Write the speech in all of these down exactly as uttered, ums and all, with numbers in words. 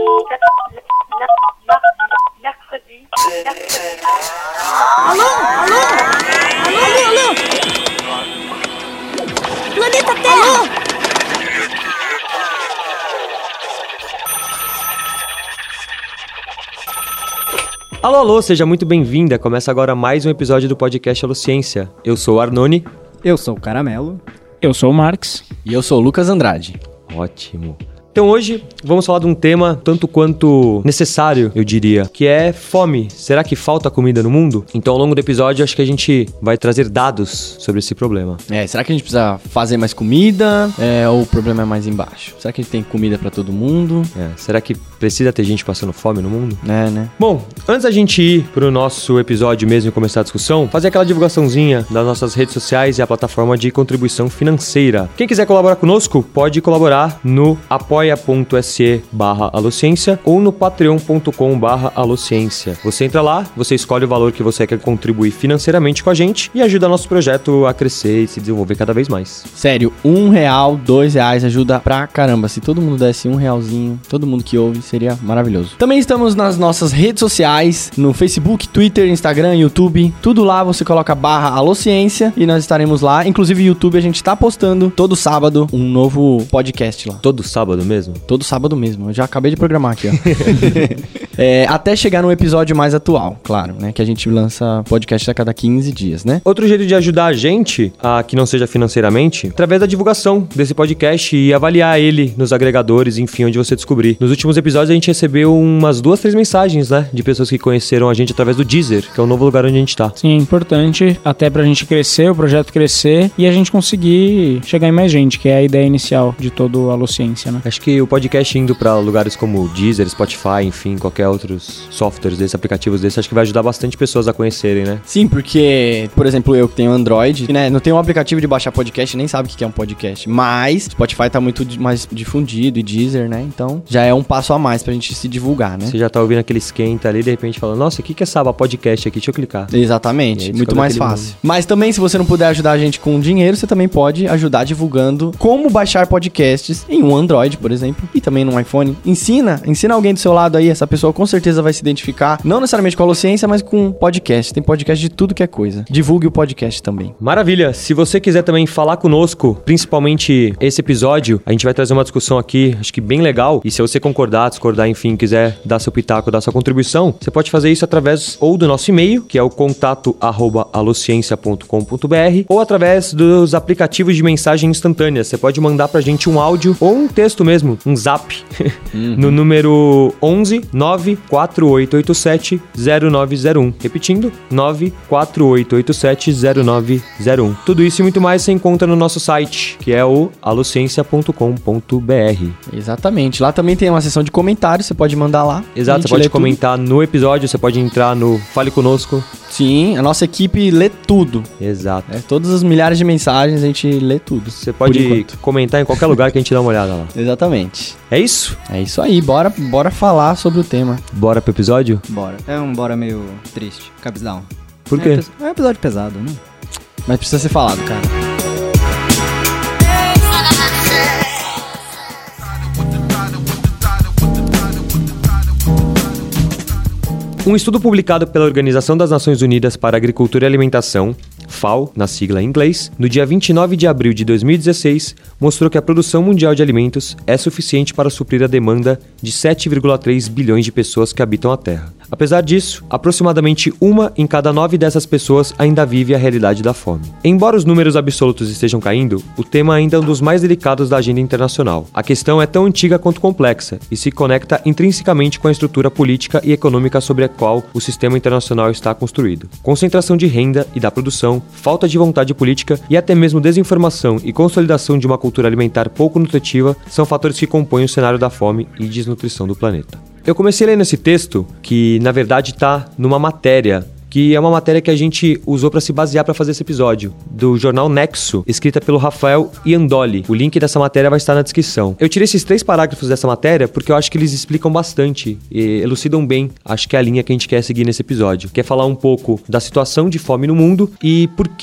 Alô? Alô? Alô, alô? Planeta Terra! Alô? Alô, alô, seja muito bem-vinda. Começa agora mais um episódio do podcast Alociência. Eu sou o Arnone. Eu sou o Caramelo. Eu sou o Marx. E eu sou o Lucas Andrade. Ótimo. Então hoje vamos falar de um tema tanto quanto necessário, eu diria, que é fome. Será que falta comida no mundo? Então ao longo do episódio acho que a gente vai trazer dados sobre esse problema. É, será que a gente precisa fazer mais comida? É, ou o problema é mais embaixo? Será que a gente tem comida pra todo mundo? É, será que precisa ter gente passando fome no mundo? É, né? Bom, antes da gente ir pro nosso episódio mesmo e começar a discussão, fazer aquela divulgaçãozinha das nossas redes sociais e a plataforma de contribuição financeira. Quem quiser colaborar conosco, pode colaborar no apoia.se barra alociência ou no patreon.com barra alociência. Você entra lá, você escolhe o valor que você quer contribuir financeiramente com a gente e ajuda nosso projeto a crescer e se desenvolver cada vez mais. Sério, um real, dois reais ajuda pra caramba. Se todo mundo desse um realzinho, todo mundo que ouve, seria maravilhoso. Também estamos nas nossas redes sociais, no Facebook, Twitter, Instagram, YouTube. Tudo lá, você coloca barra alociência e nós estaremos lá. Inclusive, YouTube, a gente tá postando todo sábado um novo podcast lá. Todo sábado mesmo? Todo sábado mesmo. Eu já acabei de programar aqui, ó. é, até chegar no episódio mais atual, claro, né? Que a gente lança podcast a cada quinze dias, né? Outro jeito de ajudar a gente, a que não seja financeiramente, através da divulgação desse podcast e avaliar ele nos agregadores, enfim, onde você descobrir. Nos últimos episódios a gente recebeu umas duas, três mensagens, né? De pessoas que conheceram a gente através do Deezer, que é o novo lugar onde a gente tá. Sim, importante até pra gente crescer, o projeto crescer e a gente conseguir chegar em mais gente, que é a ideia inicial de todo a Alociência, né? Acho que o podcast indo pra lugares como Deezer, Spotify, enfim, qualquer outros softwares desses, aplicativos desses, acho que vai ajudar bastante pessoas a conhecerem, né? Sim, porque, por exemplo, eu que tenho Android, né? Não tenho um aplicativo de baixar podcast, nem sabe o que é um podcast. Mas Spotify tá muito mais difundido e Deezer, né? Então já é um passo a mais pra gente se divulgar, né? Você já tá ouvindo aquele esquenta ali, de repente fala, nossa, o que que é essa aba podcast aqui? Deixa eu clicar. Exatamente, muito mais fácil. Mundo. Mas também, se você não puder ajudar a gente com dinheiro, você também pode ajudar divulgando como baixar podcasts em um Android, por exemplo, e também num iPhone. Ensina, ensina alguém do seu lado aí, essa pessoa com certeza vai se identificar, não necessariamente com a Alociência, mas com podcast. Tem podcast de tudo que é coisa. Divulgue o podcast também. Maravilha! Se você quiser também falar conosco, principalmente esse episódio, a gente vai trazer uma discussão aqui, acho que bem legal, e se você concordar, discordar, enfim, quiser dar seu pitaco, dar sua contribuição, você pode fazer isso através ou do nosso e-mail, que é o contato arroba alociência ponto com ponto b r, ou através dos aplicativos de mensagem instantânea. Você pode mandar pra gente um áudio ou um texto mesmo, um zap, uhum. no número onze nove quatro oito oito sete zero nove zero um. Repetindo, nove quatro oito oito sete zero nove zero um. Tudo isso e muito mais você encontra no nosso site, que é o alociência ponto com ponto b r. Exatamente. Lá também tem uma seção de comentários, você pode mandar lá. Exato, você pode comentar tudo no episódio, você pode entrar no Fale Conosco. Sim, a nossa equipe lê tudo. Exato. É, todas as milhares de mensagens, a gente lê tudo. Você pode comentar em qualquer lugar que a gente dá uma olhada lá. Exatamente. É isso? É isso aí, bora, bora falar sobre o tema. Bora pro episódio? Bora. É um bora meio triste, cabisdown. Por quê? É, é um episódio pesado, né? Mas precisa ser falado, cara. Um estudo publicado pela Organização das Nações Unidas para a Agricultura e Alimentação, F A O, na sigla em inglês, no dia vinte e nove de abril de dois mil e dezesseis, mostrou que a produção mundial de alimentos é suficiente para suprir a demanda de sete vírgula três bilhões de pessoas que habitam a Terra. Apesar disso, aproximadamente uma em cada nove dessas pessoas ainda vive a realidade da fome. Embora os números absolutos estejam caindo, o tema ainda é um dos mais delicados da agenda internacional. A questão é tão antiga quanto complexa e se conecta intrinsecamente com a estrutura política e econômica sobre a qual o sistema internacional está construído. Concentração de renda e da produção, falta de vontade política e até mesmo desinformação e consolidação de uma cultura alimentar pouco nutritiva são fatores que compõem o cenário da fome e desnutrição do planeta. Eu comecei lendo esse texto, que na verdade está numa matéria, que é uma matéria que a gente usou para se basear para fazer esse episódio, do jornal Nexo, escrita pelo Rafael Iandoli. O link dessa matéria vai estar na descrição. Eu tirei esses três parágrafos dessa matéria porque eu acho que eles explicam bastante e elucidam bem, acho que é a linha que a gente quer seguir nesse episódio, que é falar um pouco da situação de fome no mundo e por que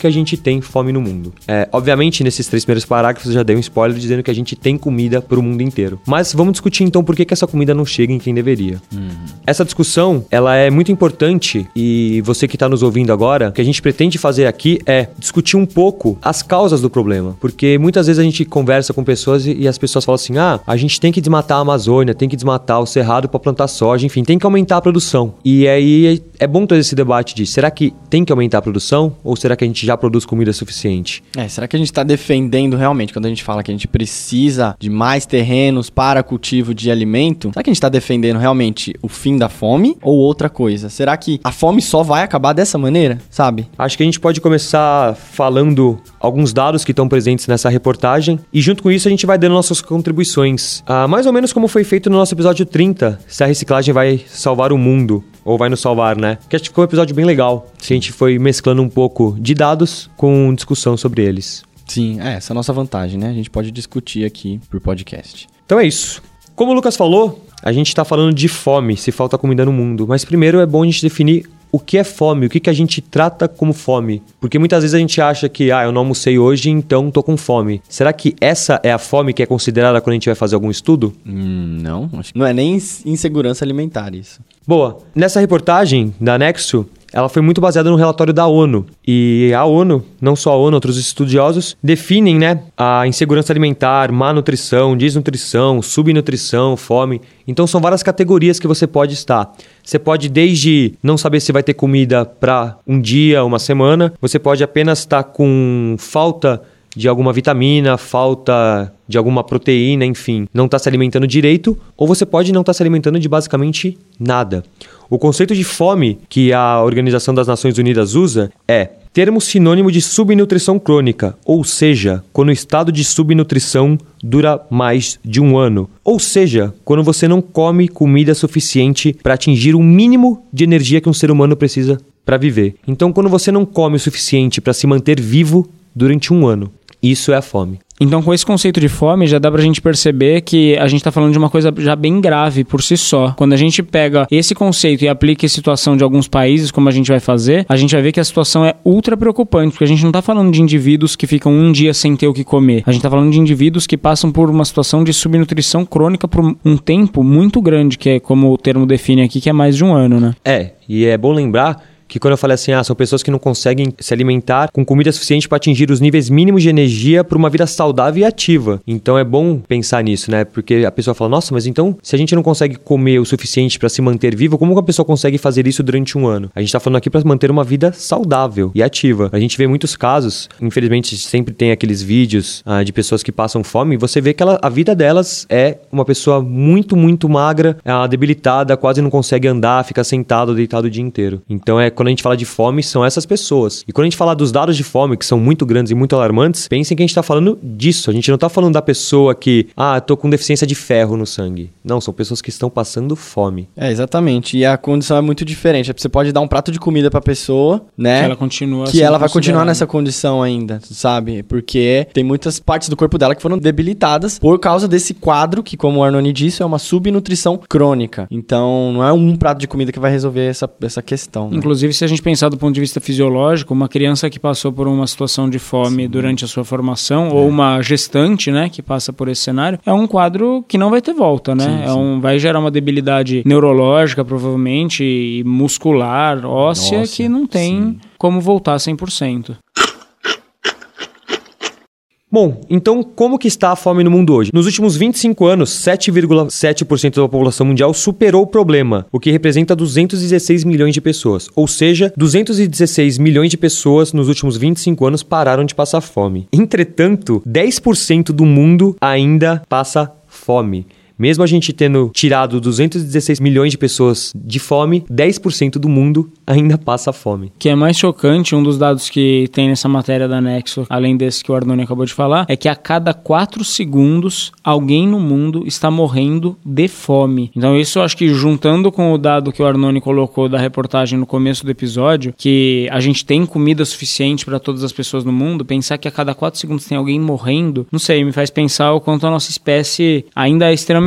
que a gente tem fome no mundo. É, obviamente, nesses três primeiros parágrafos eu já dei um spoiler dizendo que a gente tem comida pro mundo inteiro. Mas vamos discutir então por que, que essa comida não chega em quem deveria. Uhum. Essa discussão, ela é muito importante e você que está nos ouvindo agora, o que a gente pretende fazer aqui é discutir um pouco as causas do problema. Porque muitas vezes a gente conversa com pessoas e, e as pessoas falam assim, ah, a gente tem que desmatar a Amazônia, tem que desmatar o Cerrado para plantar soja, enfim, tem que aumentar a produção. E aí é bom ter esse debate de, será que tem que aumentar a produção ou será que a gente já produz comida suficiente? É, será que a gente está defendendo realmente, quando a gente fala que a gente precisa de mais terrenos para cultivo de alimento, será que a gente está defendendo realmente o fim da fome ou outra coisa? Será que a fome só vai acabar dessa maneira, sabe? Acho que a gente pode começar falando alguns dados que estão presentes nessa reportagem e junto com isso a gente vai dando nossas contribuições. Ah, mais ou menos como foi feito no nosso episódio trinta, se a reciclagem vai salvar o mundo. Ou vai nos salvar, né? Que acho que ficou um episódio bem legal. Que a gente foi mesclando um pouco de dados com discussão sobre eles. Sim, é, essa é a nossa vantagem, né? A gente pode discutir aqui por podcast. Então é isso. Como o Lucas falou, a gente tá falando de fome, se falta comida no mundo. Mas primeiro é bom a gente definir o que é fome, o que, que a gente trata como fome. Porque muitas vezes a gente acha que, ah, eu não almocei hoje, então tô com fome. Será que essa é a fome que é considerada quando a gente vai fazer algum estudo? Hum, não, acho que não é nem insegurança alimentar isso. Boa, nessa reportagem da Nexo, ela foi muito baseada no relatório da ONU. E a ONU, não só a ONU, outros estudiosos, definem, né, a insegurança alimentar, má nutrição, desnutrição, subnutrição, fome. Então são várias categorias que você pode estar. Você pode desde não saber se vai ter comida para um dia, uma semana. Você pode apenas estar com falta de alguma vitamina, falta de alguma proteína, enfim, não está se alimentando direito, ou você pode não estar se alimentando de basicamente nada. O conceito de fome que a Organização das Nações Unidas usa é termo sinônimo de subnutrição crônica, ou seja, quando o estado de subnutrição dura mais de um ano. Ou seja, quando você não come comida suficiente para atingir o mínimo de energia que um ser humano precisa para viver. Então, quando você não come o suficiente para se manter vivo durante um ano, isso é a fome. Então, com esse conceito de fome, já dá pra gente perceber que a gente tá falando de uma coisa já bem grave por si só. Quando a gente pega esse conceito e aplica a situação de alguns países, como a gente vai fazer, a gente vai ver que a situação é ultra preocupante, porque a gente não tá falando de indivíduos que ficam um dia sem ter o que comer. A gente tá falando de indivíduos que passam por uma situação de subnutrição crônica por um tempo muito grande, que é como o termo define aqui, que é mais de um ano, né? É, e é bom lembrar que quando eu falei assim, ah, são pessoas que não conseguem se alimentar com comida suficiente para atingir os níveis mínimos de energia para uma vida saudável e ativa. Então é bom pensar nisso, né? Porque a pessoa fala, nossa, mas então se a gente não consegue comer o suficiente para se manter vivo, como que a pessoa consegue fazer isso durante um ano? A gente tá falando aqui para manter uma vida saudável e ativa. A gente vê muitos casos, infelizmente sempre tem aqueles vídeos ah, de pessoas que passam fome e você vê que ela, a vida delas é uma pessoa muito, muito magra, ah, debilitada, quase não consegue andar, fica sentado, deitado o dia inteiro. Então é quando a gente fala de fome, são essas pessoas. E quando a gente fala dos dados de fome, que são muito grandes e muito alarmantes, pensem que a gente está falando disso. A gente não está falando da pessoa que, ah, tô com deficiência de ferro no sangue. Não, são pessoas que estão passando fome. É, exatamente. E a condição é muito diferente. Você pode dar um prato de comida pra pessoa, né? Que ela continua Que ela vai continuar nessa condição ainda, sabe? Porque tem muitas partes do corpo dela que foram debilitadas por causa desse quadro, que como o Arnone disse, é uma subnutrição crônica. Então, não é um prato de comida que vai resolver essa, essa questão, né? Inclusive, se a gente pensar do ponto de vista fisiológico, uma criança que passou por uma situação de fome Sim. durante a sua formação, é. ou uma gestante, né, que passa por esse cenário, é um quadro que não vai ter volta, né? Sim, é um, vai gerar uma debilidade neurológica, provavelmente, e muscular, óssea, Nossa, que não tem sim. como voltar cem por cento. Bom, então como que está a fome no mundo hoje? Nos últimos vinte e cinco anos, sete vírgula sete por cento da população mundial superou o problema, o que representa duzentos e dezesseis milhões de pessoas. Ou seja, duzentos e dezesseis milhões de pessoas nos últimos vinte e cinco anos pararam de passar fome. Entretanto, dez por cento do mundo ainda passa fome. Mesmo a gente tendo tirado duzentos e dezesseis milhões de pessoas de fome, dez por cento do mundo ainda passa fome. O que é mais chocante, um dos dados que tem nessa matéria da Nexo, além desse que o Arnone acabou de falar, é que a cada quatro segundos alguém no mundo está morrendo de fome. Então isso eu acho que juntando com o dado que o Arnone colocou da reportagem no começo do episódio, que a gente tem comida suficiente para todas as pessoas no mundo, pensar que a cada quatro segundos tem alguém morrendo, não sei, me faz pensar o quanto a nossa espécie ainda é extremamente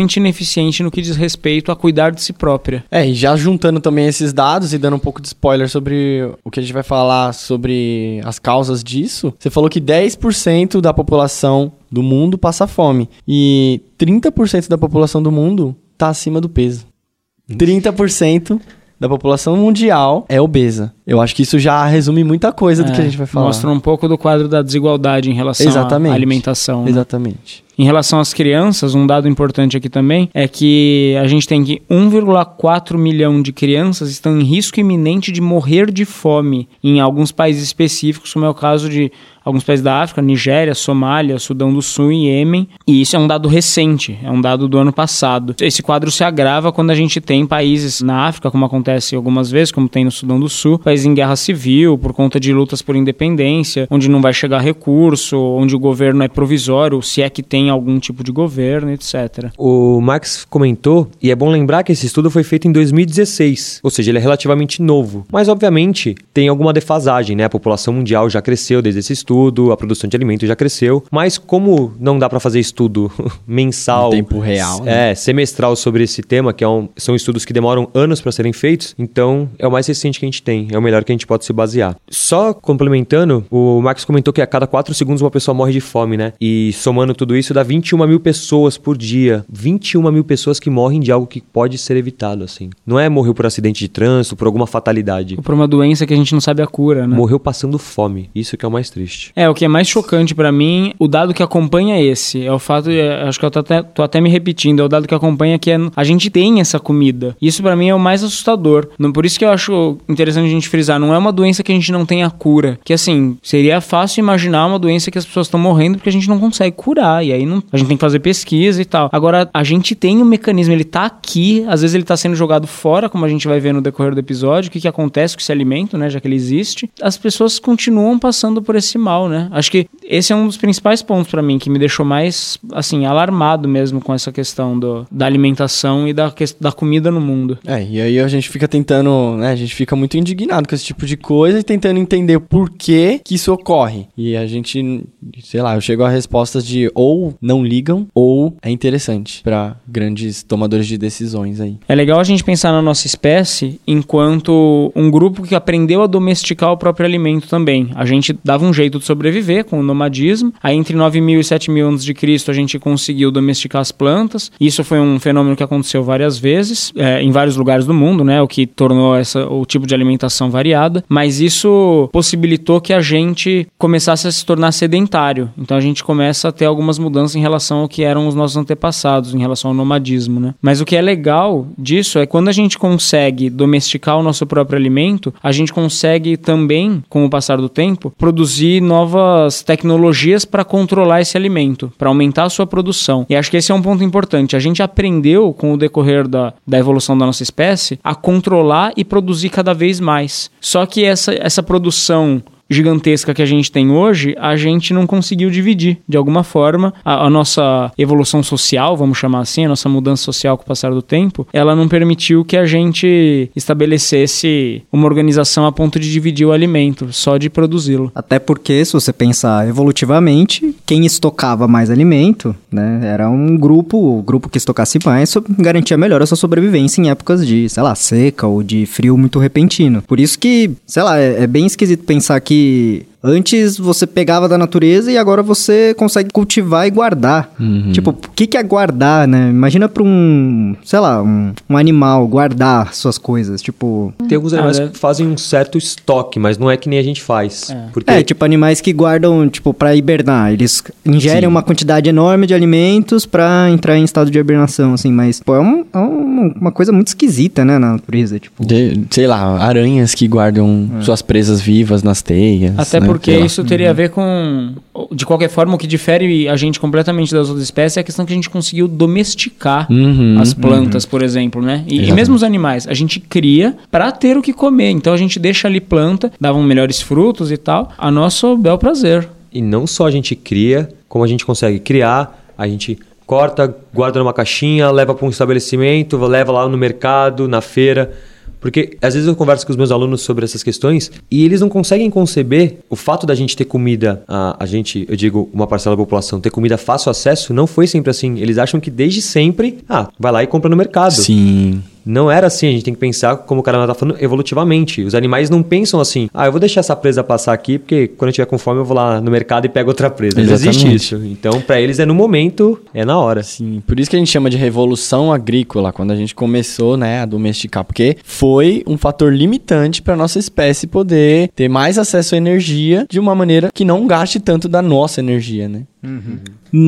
extremamente ineficiente no que diz respeito a cuidar de si própria. É, e já juntando também esses dados e dando um pouco de spoiler sobre o que a gente vai falar sobre as causas disso, você falou que dez por cento da população do mundo passa fome e trinta por cento da população do mundo tá acima do peso. trinta por cento da população mundial é obesa. Eu acho que isso já resume muita coisa do É, que a gente vai falar. Mostra um pouco do quadro da desigualdade em relação Exatamente. à alimentação. Né? Exatamente. Em relação às crianças, um dado importante aqui também é que a gente tem que um vírgula quatro milhão de crianças estão em risco iminente de morrer de fome em alguns países específicos, como é o caso de alguns países da África, Nigéria, Somália, Sudão do Sul e Iêmen. E isso é um dado recente, é um dado do ano passado. Esse quadro se agrava quando a gente tem países na África, como acontece algumas vezes, como tem no Sudão do Sul, países em guerra civil, por conta de lutas por independência, onde não vai chegar recurso, onde o governo é provisório, se é que tem algum tipo de governo, etcétera. O Max comentou, e é bom lembrar que esse estudo foi feito em dois mil e dezesseis, ou seja, ele é relativamente novo. Mas, obviamente, tem alguma defasagem, né? A população mundial já cresceu desde esse estudo, a produção de alimentos já cresceu, mas como não dá para fazer estudo mensal... Em tempo real, né? É, semestral sobre esse tema, que é um, são estudos que demoram anos para serem feitos, então é o mais recente que a gente tem, é o melhor que a gente pode se basear. Só complementando, o Max comentou que a cada quatro segundos uma pessoa morre de fome, né? E somando tudo isso dá vinte e uma mil pessoas por dia. vinte e uma mil pessoas que morrem de algo que pode ser evitado, assim. Não é morreu por acidente de trânsito, por alguma fatalidade. Ou por uma doença que a gente não sabe a cura, né? Morreu passando fome. Isso que é o mais triste. É, o que é mais chocante pra mim, o dado que acompanha esse, é o fato, de, acho que eu tô até, tô até me repetindo, é o dado que acompanha que é, a gente tem essa comida. Isso pra mim é o mais assustador. Não, por isso que eu acho interessante a gente frisar, não é uma doença que a gente não tem a cura. Que assim, seria fácil imaginar uma doença que as pessoas estão morrendo porque a gente não consegue curar, e aí não, a gente tem que fazer pesquisa e tal. Agora, a gente tem um mecanismo, ele tá aqui, às vezes ele tá sendo jogado fora, como a gente vai ver no decorrer do episódio, o que que acontece com esse alimento, né, já que ele existe. As pessoas continuam passando por esse mal, né? Acho que esse é um dos principais pontos pra mim, que me deixou mais, assim, alarmado mesmo com essa questão do, da alimentação e da, da comida no mundo. É, e aí a gente fica tentando, né, a gente fica muito indignado com esse tipo de coisa e tentando entender por que que isso ocorre. E a gente, sei lá, eu chego a respostas de ou não ligam ou é interessante pra grandes tomadores de decisões aí. É legal a gente pensar na nossa espécie enquanto um grupo que aprendeu a domesticar o próprio alimento também. A gente dava um jeito de sobreviver com o nomadismo. Aí entre nove mil e sete mil antes de Cristo a gente conseguiu domesticar as plantas. Isso foi um fenômeno que aconteceu várias vezes, é, em vários lugares do mundo, né? O que tornou essa, o tipo de alimentação variada. Mas isso possibilitou que a gente começasse a se tornar sedentário. Então a gente começa a ter algumas mudanças em relação ao que eram os nossos antepassados, em relação ao nomadismo, né? Mas o que é legal disso é quando a gente consegue domesticar o nosso próprio alimento, a gente consegue também, com o passar do tempo, produzir novas tecnologias para controlar esse alimento, para aumentar a sua produção. E acho que esse é um ponto importante. A gente aprendeu, com o decorrer da, da evolução da nossa espécie, a controlar e produzir cada vez mais. Só que essa, essa produção gigantesca que a gente tem hoje, a gente não conseguiu dividir. De alguma forma, a, a nossa evolução social, vamos chamar assim, a nossa mudança social com o passar do tempo, ela não permitiu que a gente estabelecesse uma organização a ponto de dividir o alimento, só de produzi-lo. Até porque, se você pensar evolutivamente, quem estocava mais alimento, né, era um grupo, o grupo que estocasse mais so- garantia melhor a sua sobrevivência em épocas de, sei lá, seca ou de frio muito repentino. Por isso que, sei lá, é, é bem esquisito pensar que antes você pegava da natureza e agora você consegue cultivar e guardar. Uhum. Tipo, o que, que é guardar, né? Imagina pra um, sei lá, um, um animal guardar suas coisas, tipo... Tem alguns animais Ah, é. que fazem um certo estoque, mas não é que nem a gente faz. É. Porque É, tipo animais que guardam, tipo, pra hibernar. Eles ingerem Sim. uma quantidade enorme de alimentos pra entrar em estado de hibernação, assim. Mas, pô, é, um, é um, uma coisa muito esquisita, né, na natureza, tipo... De, sei lá, aranhas que guardam suas presas vivas nas teias. Até né? porque Sei lá. isso teria a ver com... De qualquer forma, o que difere a gente completamente das outras espécies é a questão que a gente conseguiu domesticar Uhum, as plantas, por exemplo, né? E, e Exatamente. mesmo os animais, a gente cria pra ter o que comer. Então a gente deixa ali planta, davam melhores frutos e tal, a nosso bel prazer. E não só a gente cria, como a gente consegue criar, a gente corta, guarda numa caixinha, leva para um estabelecimento, leva lá no mercado, na feira, Porque às vezes eu converso com os meus alunos sobre essas questões e eles não conseguem conceber o fato da gente ter comida, a, a gente, eu digo, uma parcela da população, ter comida fácil acesso, não foi sempre assim. Eles acham que desde sempre, ah, vai lá e compra no mercado. Sim. Não era assim, a gente tem que pensar, como o cara tá falando, evolutivamente. Os animais não pensam assim, ah, eu vou deixar essa presa passar aqui, porque quando eu tiver com fome eu vou lá no mercado e pego outra presa. Exatamente. Não existe isso. Então, pra eles é no momento, é na hora. Sim, por isso que a gente chama de revolução agrícola, quando a gente começou, né, a domesticar, porque foi um fator limitante pra nossa espécie poder ter mais acesso à energia de uma maneira que não gaste tanto da nossa energia, né? Uhum.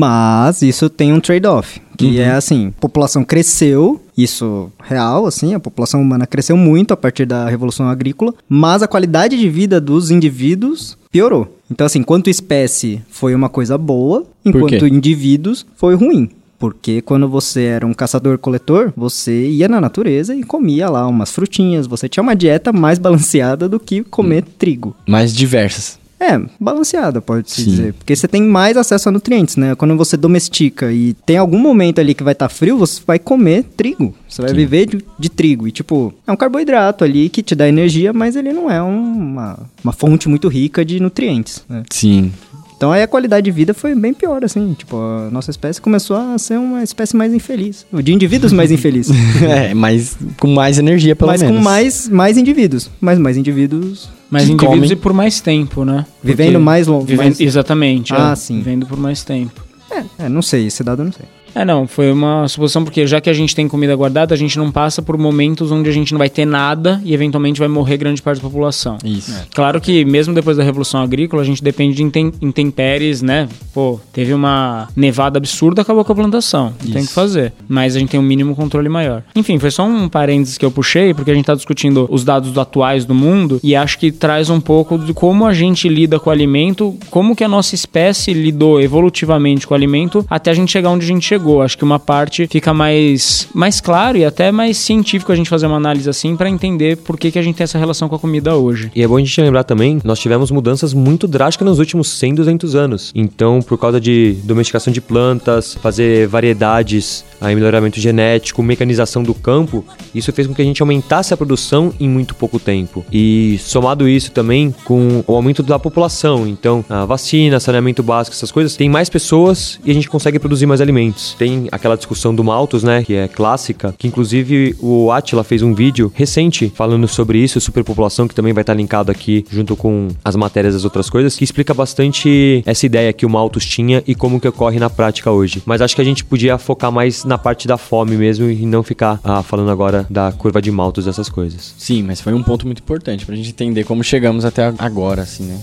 Mas isso tem um trade-off, que uhum. é assim, a população cresceu, isso real, assim, a população humana cresceu muito a partir da Revolução Agrícola, mas a qualidade de vida dos indivíduos piorou. Então, assim, enquanto espécie foi uma coisa boa, enquanto indivíduos foi ruim. Porque quando você era um caçador-coletor, você ia na natureza e comia lá umas frutinhas, você tinha uma dieta mais balanceada do que comer hum. trigo. Mais diversas. É, balanceada, pode-se Sim. dizer. Porque você tem mais acesso a nutrientes, né? Quando você domestica e tem algum momento ali que vai estar tá frio, você vai comer trigo. Você vai Sim. viver de, de trigo. E, tipo, é um carboidrato ali que te dá energia, mas ele não é um, uma, uma fonte muito rica de nutrientes, né? Sim. Então aí a qualidade de vida foi bem pior, assim. Tipo, a nossa espécie começou a ser uma espécie mais infeliz. De indivíduos mais infelizes. É, mas com mais energia, pelo mas menos. Mas com mais, mais indivíduos. Mas mais indivíduos... Mais que indivíduos comem. E por mais tempo, né? Vivendo Porque mais longo. Vivendo, mais... Exatamente. Ah, é, sim. Vivendo por mais tempo. É, é, não sei. Esse dado eu não sei. É, não, foi uma suposição porque já que a gente tem comida guardada, a gente não passa por momentos onde a gente não vai ter nada e eventualmente vai morrer grande parte da população. Isso. É. Claro que mesmo depois da Revolução Agrícola, a gente depende de intem- intempéries, né? Pô, teve uma nevada absurda, acabou com a plantação. Não tem o que fazer. Mas a gente tem um mínimo controle maior. Enfim, foi só um parênteses que eu puxei, porque a gente tá discutindo os dados atuais do mundo e acho que traz um pouco de como a gente lida com o alimento, como que a nossa espécie lidou evolutivamente com o alimento até a gente chegar onde a gente chegou. Acho que uma parte fica mais, mais claro e até mais científico a gente fazer uma análise assim para entender por que, que a gente tem essa relação com a comida hoje. E é bom a gente lembrar também, nós tivemos mudanças muito drásticas nos últimos cem, duzentos anos. Então, por causa de domesticação de plantas, fazer variedades, aí melhoramento genético, mecanização do campo, isso fez com que a gente aumentasse a produção em muito pouco tempo. E somado isso também com o aumento da população, então a vacina, saneamento básico, essas coisas, tem mais pessoas e a gente consegue produzir mais alimentos. Tem aquela discussão do Malthus, né, que é clássica, que inclusive o Átila fez um vídeo recente falando sobre isso, superpopulação, que também vai estar linkado aqui junto com as matérias das outras coisas, que explica bastante essa ideia que o Malthus tinha e como que ocorre na prática hoje. Mas acho que a gente podia focar mais na parte da fome mesmo e não ficar ah, falando agora da curva de Malthus, dessas coisas. Sim, mas foi um ponto muito importante pra gente entender como chegamos até agora, assim, né?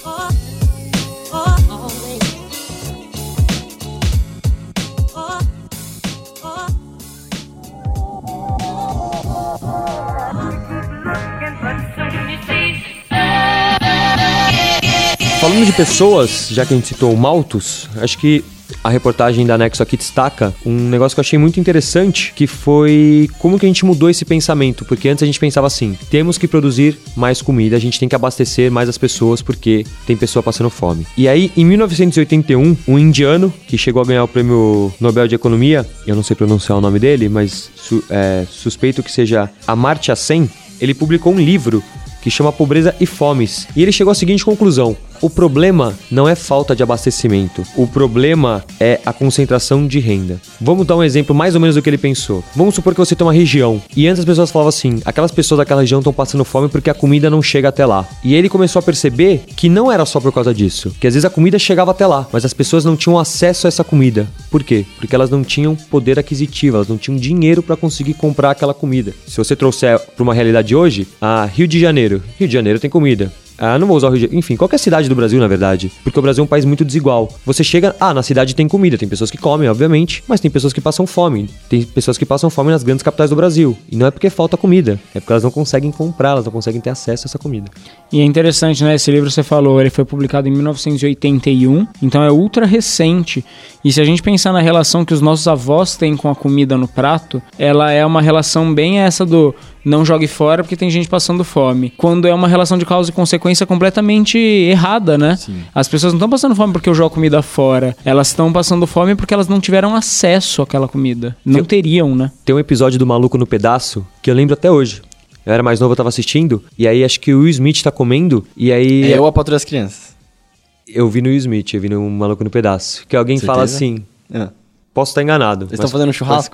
Falando de pessoas, já que a gente citou o Malthus, acho que a reportagem da Nexo aqui destaca um negócio que eu achei muito interessante, que foi como que a gente mudou esse pensamento, porque antes a gente pensava assim, temos que produzir mais comida, a gente tem que abastecer mais as pessoas porque tem pessoa passando fome. E aí, em mil novecentos e oitenta e um, um indiano que chegou a ganhar o prêmio Nobel de Economia, eu não sei pronunciar o nome dele, mas su- é, suspeito que seja Amartya Sen, ele publicou um livro que chama Pobreza e Fomes. E ele chegou à seguinte conclusão: o problema não é falta de abastecimento, o problema é a concentração de renda. Vamos dar um exemplo mais ou menos do que ele pensou. Vamos supor que você tem uma região, e antes as pessoas falavam assim, aquelas pessoas daquela região estão passando fome porque a comida não chega até lá. E ele começou a perceber que não era só por causa disso, que às vezes a comida chegava até lá, mas as pessoas não tinham acesso a essa comida. Por quê? Porque elas não tinham poder aquisitivo, elas não tinham dinheiro para conseguir comprar aquela comida. Se você trouxer para uma realidade de hoje, a Rio de Janeiro, Rio de Janeiro tem comida. Ah, não vou usar o Rio de Janeiro. Enfim, qualquer cidade do Brasil, na verdade. Porque o Brasil é um país muito desigual. Você chega... Ah, na cidade tem comida. Tem pessoas que comem, obviamente. Mas tem pessoas que passam fome. Tem pessoas que passam fome nas grandes capitais do Brasil. E não é porque falta comida. É porque elas não conseguem comprar. Elas não conseguem ter acesso a essa comida. E é interessante, né? Esse livro você falou, ele foi publicado em mil novecentos e oitenta e um. Então é ultra recente. E se a gente pensar na relação que os nossos avós têm com a comida no prato, ela é uma relação bem essa do... não jogue fora porque tem gente passando fome. Quando é uma relação de causa e consequência completamente errada, né? Sim. As pessoas não estão passando fome porque eu jogo comida fora. Elas estão passando fome porque elas não tiveram acesso àquela comida. Não Eu... teriam, né? Tem um episódio do Maluco no Pedaço que eu lembro até hoje. eu era mais novo, eu tava assistindo, e aí acho que o Will Smith tá comendo, e aí... É eu a Patrulha das Crianças. Eu vi no Will Smith, eu vi no Maluco no Pedaço, que alguém Certeza? fala assim, Ah. posso estar enganado. Eles mas- estão fazendo um churrasco?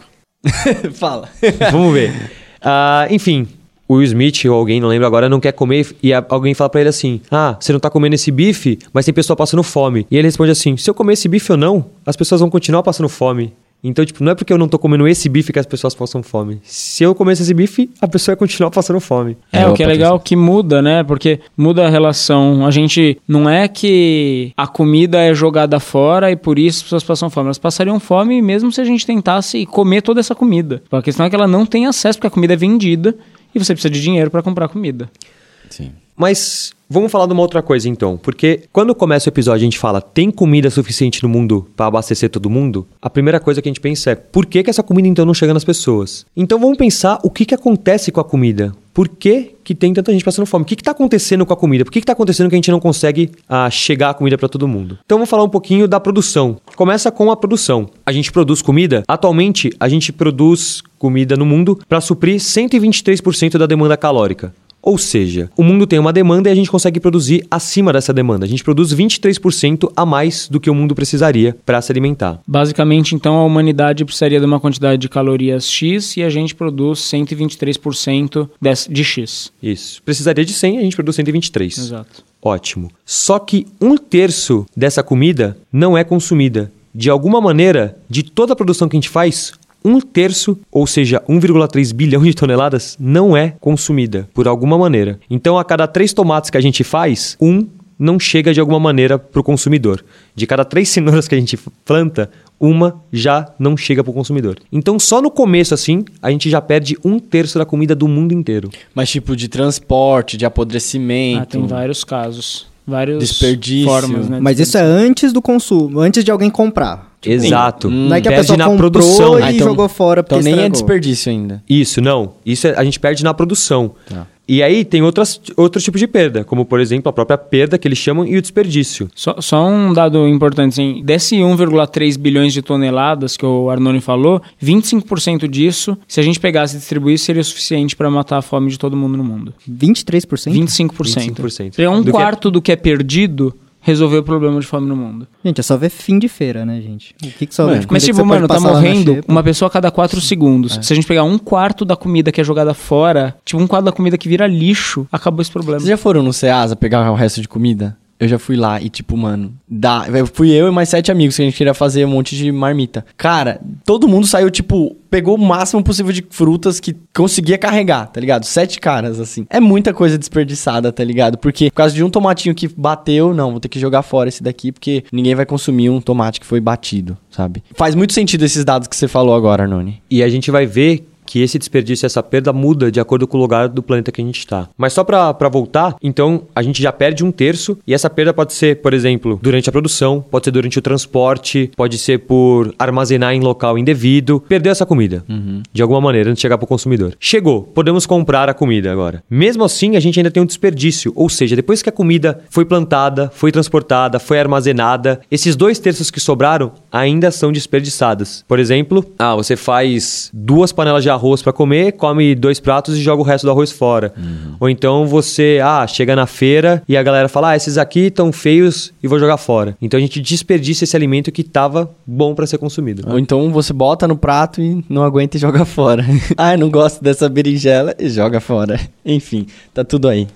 Fala. Vamos ver. Ah, enfim, o Will Smith ou alguém, não lembro agora, não quer comer e a- alguém fala pra ele assim, ah, você não tá comendo esse bife, mas tem pessoa passando fome. E ele responde assim, se eu comer esse bife ou não, as pessoas vão continuar passando fome. Então, tipo, não é porque eu não tô comendo esse bife que as pessoas passam fome. Se eu comesse esse bife, a pessoa vai continuar passando fome. É, É, o que é opa, legal que muda, né? Porque muda a relação. A gente... Não é que a comida é jogada fora e por isso as pessoas passam fome. Elas passariam fome mesmo se a gente tentasse comer toda essa comida. A questão é que ela não tem acesso porque a comida é vendida e você precisa de dinheiro para comprar comida. Sim. Mas vamos falar de uma outra coisa então, porque quando começa o episódio a gente fala tem comida suficiente no mundo para abastecer todo mundo, a primeira coisa que a gente pensa é por que, que essa comida então não chega nas pessoas? Então vamos pensar o que, que acontece com a comida. Por que, que tem tanta gente passando fome? O que está acontecendo com a comida? Por que está acontecendo que a gente não consegue ah, chegar a comida para todo mundo? Então vamos falar um pouquinho da produção. Começa com a produção. A gente produz comida. Atualmente a gente produz comida no mundo para suprir cento e vinte e três por cento da demanda calórica. Ou seja, o mundo tem uma demanda e a gente consegue produzir acima dessa demanda. A gente produz vinte e três por cento a mais do que o mundo precisaria para se alimentar. Basicamente, então, a humanidade precisaria de uma quantidade de calorias X e a gente produz cento e vinte e três por cento desse- de X. Isso. Precisaria de cem, a gente produz cento e vinte e três. Exato. Ótimo. Só que um terço dessa comida não é consumida. De alguma maneira, de toda a produção que a gente faz, um terço, ou seja, um vírgula três bilhão de toneladas, não é consumida, por alguma maneira. Então, a cada três tomates que a gente faz, um não chega de alguma maneira para o consumidor. De cada três cenouras que a gente planta, uma já não chega para o consumidor. Então, só no começo, assim, a gente já perde um terço da comida do mundo inteiro. Mas tipo de transporte, de apodrecimento. Ah, tem vários casos. Vários Desperdício. formas, né? Mas isso é antes do consumo, antes de alguém comprar. Exato. Hum. Não é que a Perde pessoa na comprou produção. e Ah, então- jogou fora porque Então nem é estragou. desperdício ainda. Isso, não. Isso é- a gente perde na produção. Tá. E aí tem outras, outros tipos de perda, como por exemplo a própria perda que eles chamam e o desperdício. Só, só um dado importante, assim, desse um vírgula três bilhões de toneladas que o Arnone falou, vinte e cinco por cento disso, se a gente pegasse e distribuísse, seria o suficiente para matar a fome de todo mundo no mundo. vinte e três por cento? vinte e cinco por cento. vinte e cinco por cento. Seria um Do que- quarto do que é perdido resolver o problema de fome no mundo. Gente, é só ver fim de feira, né, gente? O que, que só Mano, de comida Mas que tipo, você pode mano, tá passar lá na morrendo xepa? uma pessoa a cada quatro segundos. Se a gente pegar um quarto da comida que é jogada fora, tipo um quarto da comida que vira lixo, acabou esse problema. Vocês já foram no Ceasa pegar o resto de comida? Eu já fui lá e, tipo, mano, dá. Eu fui eu e mais sete amigos que a gente queria fazer um monte de marmita. Cara, todo mundo saiu, tipo, pegou o máximo possível de frutas que conseguia carregar, tá ligado? Sete caras, assim. É muita coisa desperdiçada, tá ligado? Porque por causa de um tomatinho que bateu, não, vou ter que jogar fora esse daqui, porque ninguém vai consumir um tomate que foi batido, sabe? Faz muito sentido esses dados que você falou agora, Arnone. E a gente vai ver que esse desperdício, essa perda muda de acordo com o lugar do planeta que a gente está. Mas só para voltar, então a gente já perde um terço e essa perda pode ser, por exemplo, durante a produção, pode ser durante o transporte, pode ser por armazenar em local indevido, perder essa comida, de alguma maneira, antes de chegar para o consumidor. Chegou, podemos comprar a comida agora. Mesmo assim, a gente ainda tem um desperdício, ou seja, depois que a comida foi plantada, foi transportada, foi armazenada, esses dois terços que sobraram ainda são desperdiçados. Por exemplo, ah, você faz duas panelas de arroz para comer, come dois pratos e joga o resto do arroz fora. Uhum. Ou então você, ah, chega na feira e a galera fala, ah, esses aqui estão feios e vou jogar fora. Então a gente desperdiça esse alimento que estava bom para ser consumido. Ou então você bota no prato e não aguenta e joga fora. Ah, não gosto dessa berinjela e joga fora. Enfim, tá tudo aí.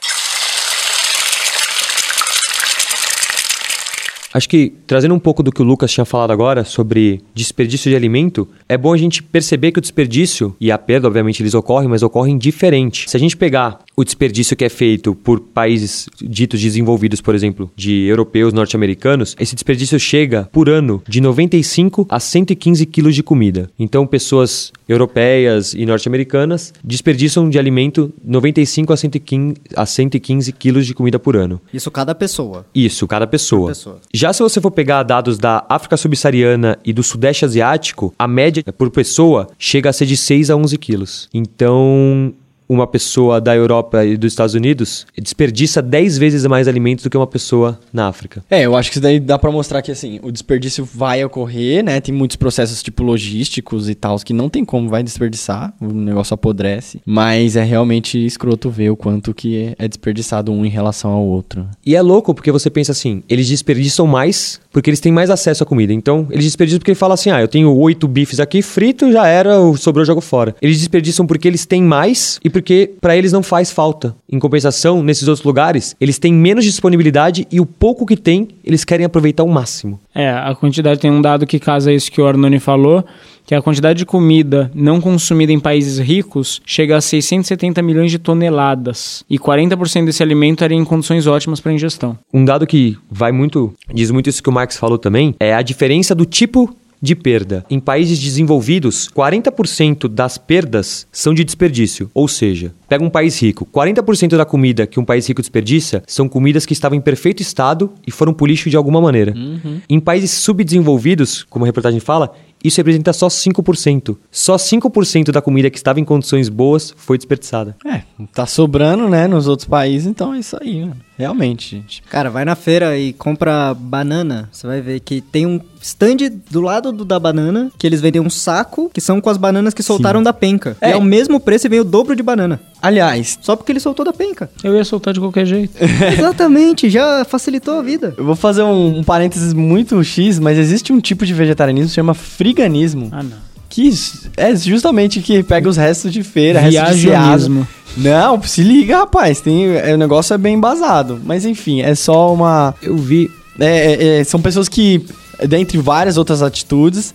Acho que, trazendo um pouco do que o Lucas tinha falado agora sobre desperdício de alimento, é bom a gente perceber que o desperdício e a perda, obviamente, eles ocorrem, mas ocorrem diferente. Se a gente pegar o desperdício que é feito por países ditos desenvolvidos, por exemplo, de europeus, norte-americanos, esse desperdício chega, por ano, de noventa e cinco a cento e quinze quilos de comida. Então, pessoas europeias e norte-americanas desperdiçam de alimento noventa e cinco a cento e quinze quilos de comida por ano. Isso cada pessoa. Isso, cada pessoa. Cada pessoa. Já se você for pegar dados da África subsaariana e do Sudeste Asiático, a média por pessoa chega a ser de seis a onze quilos. Então, uma pessoa da Europa e dos Estados Unidos desperdiça dez vezes mais alimentos do que uma pessoa na África. É, eu acho que isso daí dá pra mostrar que, assim, o desperdício vai ocorrer, né? Tem muitos processos, tipo, logísticos e tal, que não tem como, vai desperdiçar, o negócio apodrece. Mas é realmente escroto ver o quanto que é desperdiçado um em relação ao outro. E é louco porque você pensa assim, eles desperdiçam mais porque eles têm mais acesso à comida. Então, eles desperdiçam porque ele fala assim, ah, eu tenho oito bifes aqui, frito, já era, sobrou, jogo fora. Eles desperdiçam porque eles têm mais e porque pra eles não faz falta. Em compensação, nesses outros lugares, eles têm menos disponibilidade e o pouco que tem, eles querem aproveitar ao máximo. É, a quantidade, tem um dado que casa isso que o Arnone falou, que a quantidade de comida não consumida em países ricos chega a seiscentos e setenta milhões de toneladas. E quarenta por cento desse alimento era em condições ótimas para ingestão. Um dado que vai muito, diz muito isso que o Marx falou também, é a diferença do tipo de perda. Em países desenvolvidos, quarenta por cento das perdas são de desperdício. Ou seja, pega um país rico, quarenta por cento da comida que um país rico desperdiça são comidas que estavam em perfeito estado e foram pro lixo de alguma maneira. Uhum. Em países subdesenvolvidos, como a reportagem fala, isso representa só cinco por cento. Só cinco por cento da comida que estava em condições boas foi desperdiçada. É, tá sobrando, né, nos outros países, então é isso aí, mano. Realmente, gente. Cara, vai na feira e compra banana, você vai ver que tem um stand do lado do, da banana, que eles vendem um saco, que são com as bananas que soltaram Sim. da penca. É. E é o mesmo preço e vem o dobro de banana. Aliás, só porque ele soltou da penca. Eu ia soltar de qualquer jeito. Exatamente, já facilitou a vida. Eu vou fazer um, um parênteses muito X, mas existe um tipo de vegetarianismo que se chama friganismo. Ah, não. Que é justamente que pega os restos de feira, restos de ceado. Não, se liga, rapaz. Tem, é, o negócio é bem embasado. Mas enfim, é só uma... Eu vi... É, é, é, são pessoas que, dentre várias outras atitudes...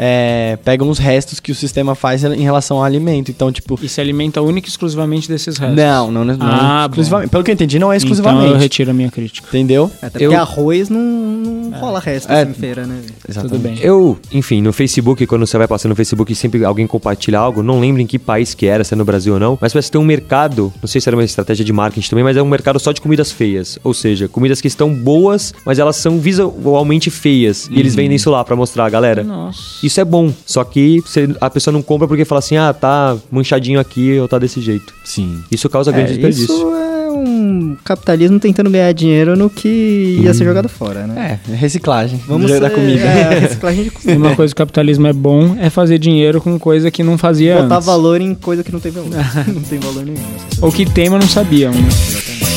É, pegam os restos que o sistema faz em relação ao alimento. Então, tipo... E se alimenta única e exclusivamente desses restos? Não, não, não ah, exclusivamente. Bom. Pelo que eu entendi, não é exclusivamente. Então eu retiro a minha crítica. Entendeu? É, até porque eu... arroz não, não é. rola resto é. assim em feira, né? Exatamente. Tudo bem. Eu, enfim, no Facebook, quando você vai passando no Facebook e sempre alguém compartilha algo, não lembro em que país que era, se é no Brasil ou não, mas parece ter um mercado, não sei se era uma estratégia de marketing também, mas é um mercado só de comidas feias. Ou seja, comidas que estão boas, mas elas são visualmente feias. Uhum. E eles vendem isso lá pra mostrar, galera. Nossa. Isso é bom, só que a pessoa não compra porque fala assim, ah, tá manchadinho aqui ou tá desse jeito. Sim. Isso causa é, grande desperdício. Isso é um capitalismo tentando ganhar dinheiro no que ia hum. ser jogado fora, né? É, reciclagem. Vamos ser, da comida. É, reciclagem de comida. Uma coisa que o capitalismo é bom é fazer dinheiro com coisa que não fazia Botar antes. valor em coisa que não tem valor. Não tem valor nenhum. Ou que tem, mas não sabiam, né? Exatamente.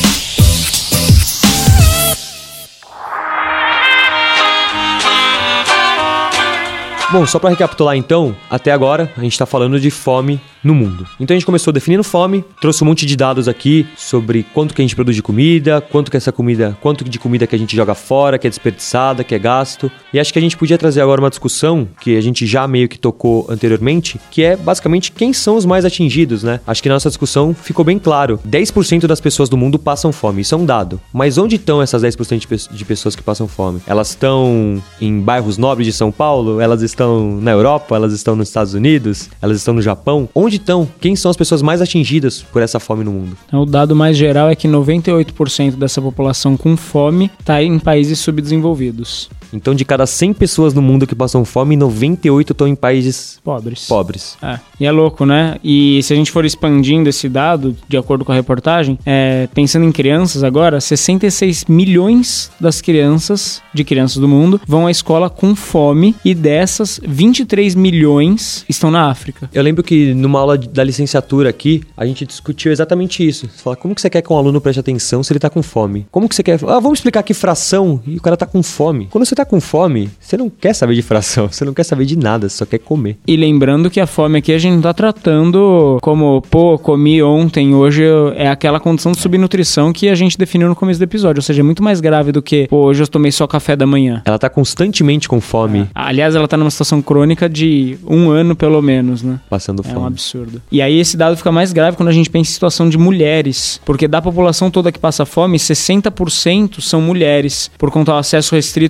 Bom, só para recapitular então, até agora a gente tá falando de fome no mundo. Então a gente começou definindo fome, trouxe um monte de dados aqui sobre quanto que a gente produz de comida, quanto que essa comida, quanto de comida que a gente joga fora, que é desperdiçada, que é gasto. E acho que a gente podia trazer agora uma discussão que a gente já meio que tocou anteriormente, que é basicamente quem são os mais atingidos, né? Acho que na nossa discussão ficou bem claro. dez por cento das pessoas do mundo passam fome, isso é um dado. Mas onde estão essas dez por cento de pessoas que passam fome? Elas estão em bairros nobres de São Paulo? Elas estão na Europa? Elas estão nos Estados Unidos? Elas estão no Japão? Onde estão? Quem são as pessoas mais atingidas por essa fome no mundo? O dado mais geral é que noventa e oito por cento dessa população com fome está em países subdesenvolvidos. Então, de cada cem pessoas no mundo que passam fome, noventa e oito estão em países pobres. pobres. É. E é louco, né? E se a gente for expandindo esse dado, de acordo com a reportagem, é, pensando em crianças agora, sessenta e seis milhões das crianças, de crianças do mundo, vão à escola com fome e dessas, vinte e três milhões estão na África. Eu lembro que numa aula da licenciatura aqui, a gente discutiu exatamente isso. Você fala, como que você quer que um aluno preste atenção se ele tá com fome? Como que você quer... Ah, vamos explicar aqui fração e o cara tá com fome. Quando você tá com fome, você não quer saber de fração, você não quer saber de nada, você só quer comer. E lembrando que a fome aqui a gente não tá tratando como, pô, comi ontem, hoje é aquela condição de subnutrição que a gente definiu no começo do episódio, ou seja, é muito mais grave do que, pô, hoje eu tomei só café da manhã. Ela tá constantemente com fome. É. Aliás, ela tá numa situação crônica de um ano pelo menos, né? Passando fome. É um absurdo. E aí esse dado fica mais grave quando a gente pensa em situação de mulheres, porque da população toda que passa fome, sessenta por cento são mulheres, por conta do acesso restrito que tem à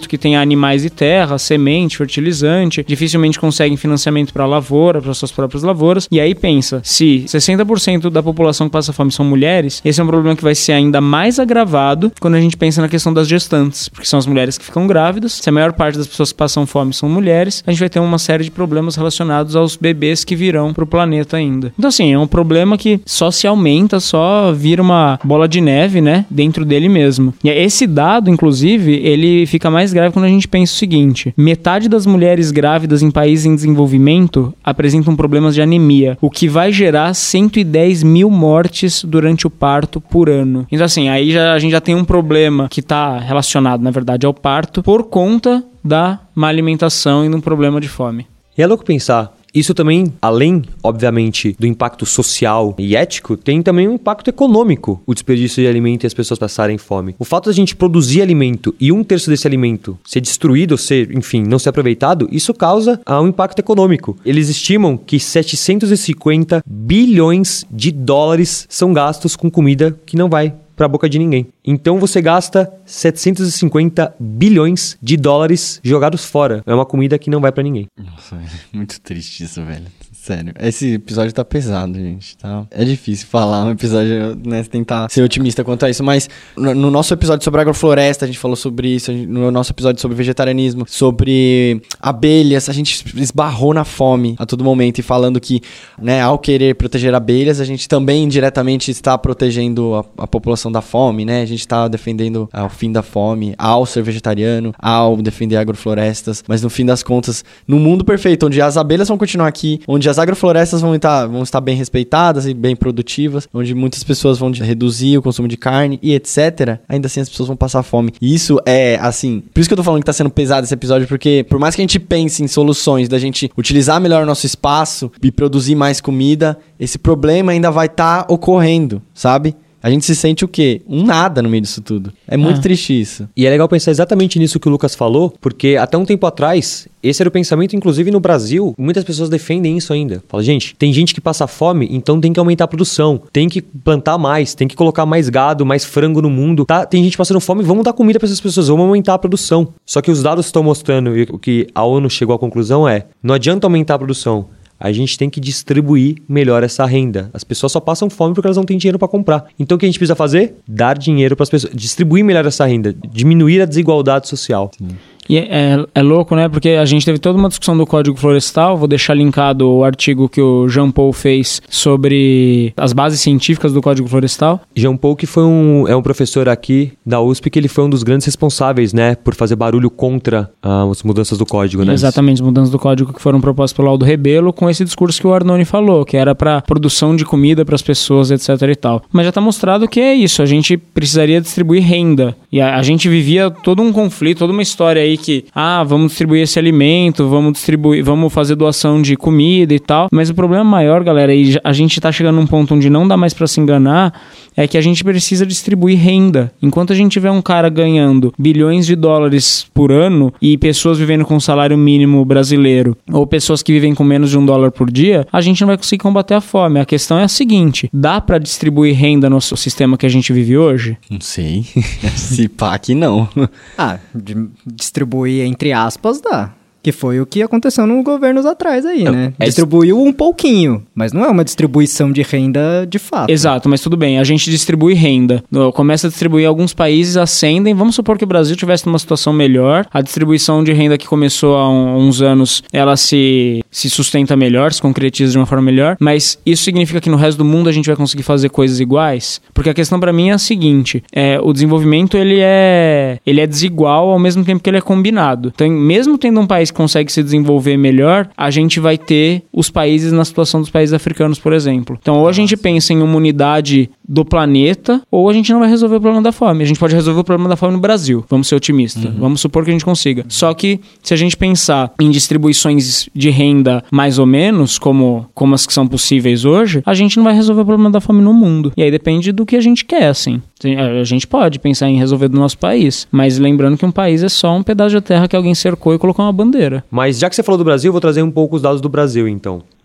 animais e terra, semente, fertilizante, dificilmente conseguem financiamento para lavoura, para suas próprias lavouras. E aí pensa, se sessenta por cento da população que passa fome são mulheres, esse é um problema que vai ser ainda mais agravado quando a gente pensa na questão das gestantes, porque são as mulheres que ficam grávidas. Se a maior parte das pessoas que passam fome são mulheres, a gente vai ter uma série de problemas relacionados aos bebês que virão pro planeta ainda. Então assim, é um problema que só se aumenta, só vira uma bola de neve, né, dentro dele mesmo. E esse dado, inclusive, ele fica mais grave quando a gente pensa o seguinte: metade das mulheres grávidas em países em desenvolvimento apresentam problemas de anemia, o que vai gerar cento e dez mil mortes durante o parto por ano. Então assim, aí já, a gente já tem um problema que está relacionado, na verdade, ao parto por conta da má alimentação e de um problema de fome. E é louco pensar, isso também, além, obviamente, do impacto social e ético, tem também um impacto econômico, o desperdício de alimento e as pessoas passarem fome. O fato de a gente produzir alimento e um terço desse alimento ser destruído, ou ser, enfim, não ser aproveitado, isso causa uh, um impacto econômico. Eles estimam que setecentos e cinquenta bilhões de dólares são gastos com comida que não vai para a boca de ninguém. Então você gasta setecentos e cinquenta bilhões de dólares jogados fora. É uma comida que não vai para ninguém. Nossa, é muito triste isso, velho. Sério. Esse episódio tá pesado, gente. Tá? É difícil falar um episódio, né? Tentar ser otimista quanto a isso. Mas no, no nosso episódio sobre agrofloresta, a gente falou sobre isso. A gente, no nosso episódio sobre vegetarianismo, sobre abelhas, a gente esbarrou na fome a todo momento. E falando que, né, ao querer proteger abelhas, a gente também indiretamente está protegendo a, a população da fome, né? A gente está defendendo o fim da fome ao ser vegetariano, ao defender agroflorestas. Mas no fim das contas, no mundo perfeito, onde as abelhas vão continuar aqui, onde as agroflorestas vão estar, vão estar bem respeitadas e bem produtivas, onde muitas pessoas vão reduzir o consumo de carne e etcétera, ainda assim as pessoas vão passar fome. E isso é, assim, por isso que eu tô falando que tá sendo pesado esse episódio, porque por mais que a gente pense em soluções da gente utilizar melhor o nosso espaço e produzir mais comida, esse problema ainda vai estar tá ocorrendo, sabe? A gente se sente o quê? Um nada no meio disso tudo. É muito ah. triste isso. E é legal pensar exatamente nisso que o Lucas falou, porque até um tempo atrás, esse era o pensamento, inclusive no Brasil, muitas pessoas defendem isso ainda. Fala, gente, tem gente que passa fome, então tem que aumentar a produção, tem que plantar mais, tem que colocar mais gado, mais frango no mundo. Tá? Tem gente passando fome, vamos dar comida para essas pessoas, vamos aumentar a produção. Só que os dados estão mostrando, e o que a ONU chegou à conclusão é, não adianta aumentar a produção. A gente tem que distribuir melhor essa renda. As pessoas só passam fome porque elas não têm dinheiro para comprar. Então o que a gente precisa fazer? Dar dinheiro para as pessoas. Distribuir melhor essa renda. Diminuir a desigualdade social. Sim. E é, é, é louco, né? Porque a gente teve toda uma discussão do Código Florestal. Vou deixar linkado o artigo que o Jean Paul fez sobre as bases científicas do Código Florestal. Jean Paul, que foi um, é um professor aqui da U S P, que ele foi um dos grandes responsáveis, né? Por fazer barulho contra uh, as mudanças do Código, né? Exatamente, as mudanças do Código que foram propostas pelo Aldo Rebelo, com esse discurso que o Arnone falou, que era para produção de comida para as pessoas, etc e tal. Mas já está mostrado que é isso. A gente precisaria distribuir renda. E a, a gente vivia todo um conflito, toda uma história aí que, ah, vamos distribuir esse alimento, vamos distribuir, vamos fazer doação de comida e tal. Mas o problema maior, galera, e a gente tá chegando num ponto onde não dá mais pra se enganar, é que a gente precisa distribuir renda. Enquanto a gente tiver um cara ganhando bilhões de dólares por ano e pessoas vivendo com salário mínimo brasileiro, ou pessoas que vivem com menos de um dólar por dia, a gente não vai conseguir combater a fome. A questão é a seguinte, dá pra distribuir renda no sistema que a gente vive hoje? Não sei. Se pá que não. Ah, de distribuir entre aspas dá. Que foi o que aconteceu nos governos atrás aí, é, né? É Distribuiu um pouquinho, mas não é uma distribuição de renda de fato. Exato, mas tudo bem, a gente distribui renda. Começa a distribuir, alguns países ascendem, vamos supor que o Brasil tivesse numa situação melhor, a distribuição de renda que começou há um, uns anos, ela se, se sustenta melhor, se concretiza de uma forma melhor, mas isso significa que no resto do mundo a gente vai conseguir fazer coisas iguais? Porque a questão pra mim é a seguinte, é, o desenvolvimento ele é, ele é desigual ao mesmo tempo que ele é combinado. Então, mesmo tendo um país consegue se desenvolver melhor, a gente vai ter os países na situação dos países africanos, por exemplo. Então, ou a gente pensa em uma unidade do planeta, ou a gente não vai resolver o problema da fome. A gente pode resolver o problema da fome no Brasil. Vamos ser otimistas. Uhum. Vamos supor que a gente consiga. Só que, se a gente pensar em distribuições de renda mais ou menos, como, como as que são possíveis hoje, a gente não vai resolver o problema da fome no mundo. E aí depende do que a gente quer, assim. A gente pode pensar em resolver do nosso país, mas lembrando que um país é só um pedaço de terra que alguém cercou e colocou uma bandeira. Mas já que você falou do Brasil, eu vou trazer um pouco os dados do Brasil, então.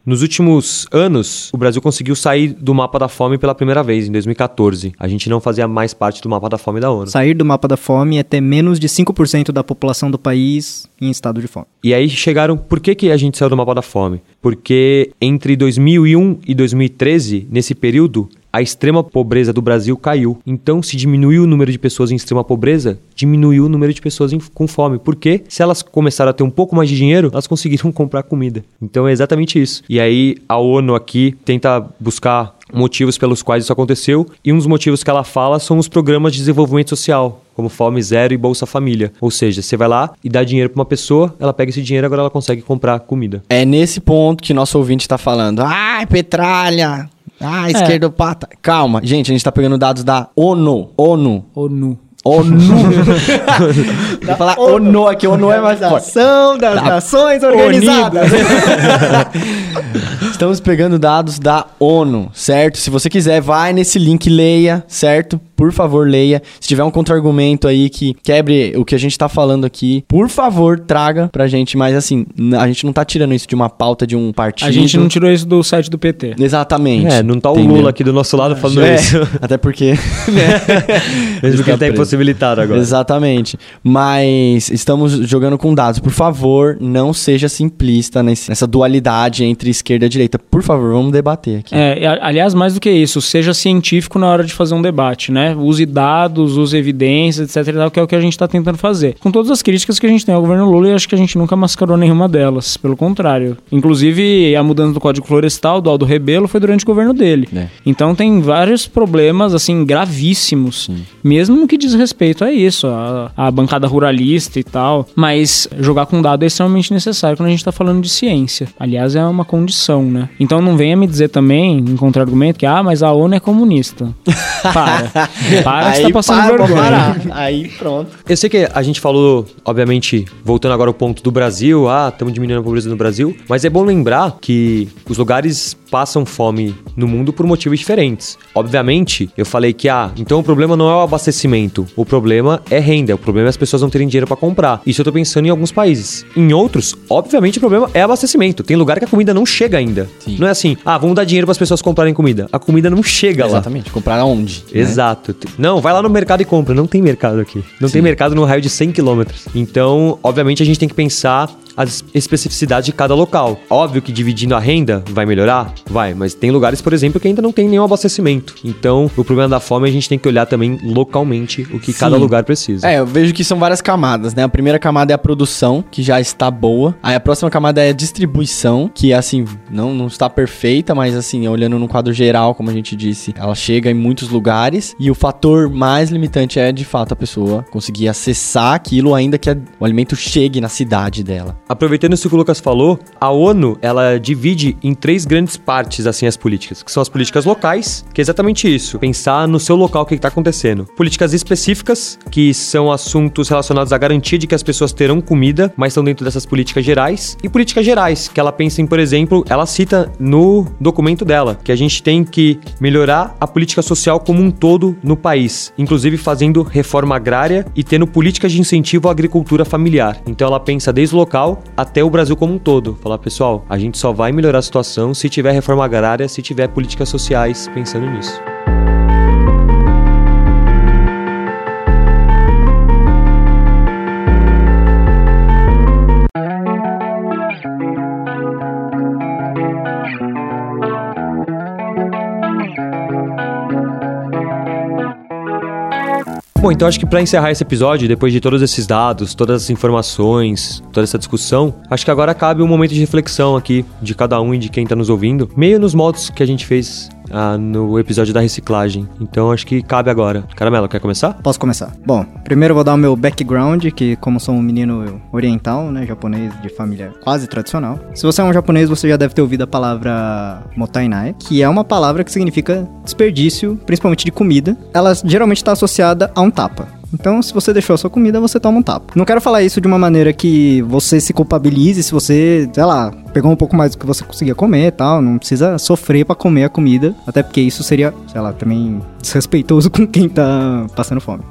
Nos últimos anos, o Brasil conseguiu sair do mapa da fome pela primeira vez, em dois mil e catorze. A gente não fazia mais parte do mapa da fome da ONU. Sair do mapa da fome é ter menos de cinco por cento da população do país em estado de fome. E aí chegaram... Por que, que a gente saiu do mapa da fome? Porque entre dois mil e um e dois mil e treze, nesse período, a extrema pobreza do Brasil caiu. Então, se diminuiu o número de pessoas em extrema pobreza, diminuiu o número de pessoas em, com fome. Porque se elas começaram a ter um pouco mais de dinheiro, elas conseguiram comprar comida. Então, é exatamente isso. E aí, a ONU aqui tenta buscar motivos pelos quais isso aconteceu. E um dos motivos que ela fala são os programas de desenvolvimento social, como Fome Zero e Bolsa Família. Ou seja, você vai lá e dá dinheiro para uma pessoa, ela pega esse dinheiro e agora ela consegue comprar comida. É nesse ponto que nosso ouvinte tá falando. Ai, petralha! Ah, esquerdopata. É. Calma, gente, a gente tá pegando dados da ONU. ONU. ONU. ONU. Vai falar ONU aqui, ONU é mais forte. Organização das Nações Organizadas. Estamos pegando dados da ONU, certo? Se você quiser, vai nesse link, leia, certo? Por favor, leia. Se tiver um contra-argumento aí que quebre o que a gente tá falando aqui, por favor, traga pra gente. Mas assim, a gente não tá tirando isso de uma pauta de um partido. A gente não tirou isso do site do P T. Exatamente. É, não tá o Entendeu? Lula aqui do nosso lado falando é, isso. Até porque... Mesmo que ele tá preso. impossibilitado agora. Exatamente. Mas estamos jogando com dados. Por favor, não seja simplista nesse, nessa dualidade entre esquerda e direita. Por favor, vamos debater aqui. É, aliás, mais do que isso, seja científico na hora de fazer um debate, né? Use dados, use evidências, etc, que é o que a gente está tentando fazer. Com todas as críticas que a gente tem ao governo Lula, e acho que a gente nunca mascarou nenhuma delas, pelo contrário. Inclusive, a mudança do Código Florestal, do Aldo Rebelo, foi durante o governo dele. É. Então, tem vários problemas, assim, gravíssimos, Sim. mesmo no que diz respeito a isso, a, a bancada ruralista e tal. Mas jogar com dado é extremamente necessário quando a gente está falando de ciência. Aliás, é uma condição, né? Então, não venha me dizer também, em contra-argumento, que, ah, mas a ONU é comunista. Para. Para que você tá passando para, vergonha. Aí pronto. Eu sei que a gente falou, obviamente, voltando agora ao ponto do Brasil, ah, estamos diminuindo a pobreza no Brasil, mas é bom lembrar que os lugares passam fome no mundo por motivos diferentes. Obviamente, eu falei que, ah, então o problema não é o abastecimento, o problema é renda, o problema é as pessoas não terem dinheiro para comprar. Isso eu tô pensando em alguns países. Em outros, obviamente, o problema é abastecimento. Tem lugar que a comida não chega ainda. Sim. Não é assim, ah, vamos dar dinheiro para as pessoas comprarem comida. A comida não chega lá. Exatamente, comprar onde? Exato. Né? Não, vai lá no mercado e compra. Não tem mercado aqui. Não Sim. tem mercado no raio de cem quilômetros. Então, obviamente, a gente tem que pensar as especificidades de cada local. Óbvio que dividindo a renda vai melhorar? Vai, mas tem lugares, por exemplo, que ainda não tem nenhum abastecimento. Então, o problema da fome, a gente tem que olhar também localmente o que Sim. cada lugar precisa. É, eu vejo que são várias camadas, né? A primeira camada é a produção, que já está boa. Aí a próxima camada é a distribuição, que assim, não, não está perfeita, mas assim, olhando no quadro geral, como a gente disse, ela chega em muitos lugares. E o fator mais limitante é, de fato, a pessoa conseguir acessar aquilo, ainda que a, o alimento chegue na cidade dela. Aproveitando isso que o Lucas falou, a ONU, ela divide em três grandes partes, assim, as políticas, que são as políticas locais, que é exatamente isso, pensar no seu local o que está acontecendo. Políticas específicas, que são assuntos relacionados à garantia de que as pessoas terão comida, mas estão dentro dessas políticas gerais. E políticas gerais, que ela pensa em, por exemplo, ela cita no documento dela, que a gente tem que melhorar a política social como um todo no país, inclusive fazendo reforma agrária e tendo políticas de incentivo à agricultura familiar. Então ela pensa desde o local até o Brasil como um todo. Falar, pessoal, a gente só vai melhorar a situação se tiver reforma agrária, se tiver políticas sociais pensando nisso. Bom, então acho que para encerrar esse episódio, depois de todos esses dados, todas as informações, toda essa discussão, acho que agora cabe um momento de reflexão aqui de cada um e de quem tá nos ouvindo, meio nos modos que a gente fez ah, no episódio da reciclagem. Então acho que cabe agora. Caramelo, quer começar? Posso começar. Bom, primeiro eu vou dar o meu background, que como sou um menino oriental, né, japonês de família quase tradicional. Se você é um japonês, você já deve ter ouvido a palavra mottainai, que é uma palavra que significa desperdício, principalmente de comida. Ela geralmente está associada a um tapa. Então, se você deixou a sua comida, você toma um tapa. Não quero falar isso de uma maneira que você se culpabilize se você, sei lá, pegou um pouco mais do que você conseguia comer e tal. Não precisa sofrer pra comer a comida, até porque isso seria, sei lá, também desrespeitoso com quem tá passando fome.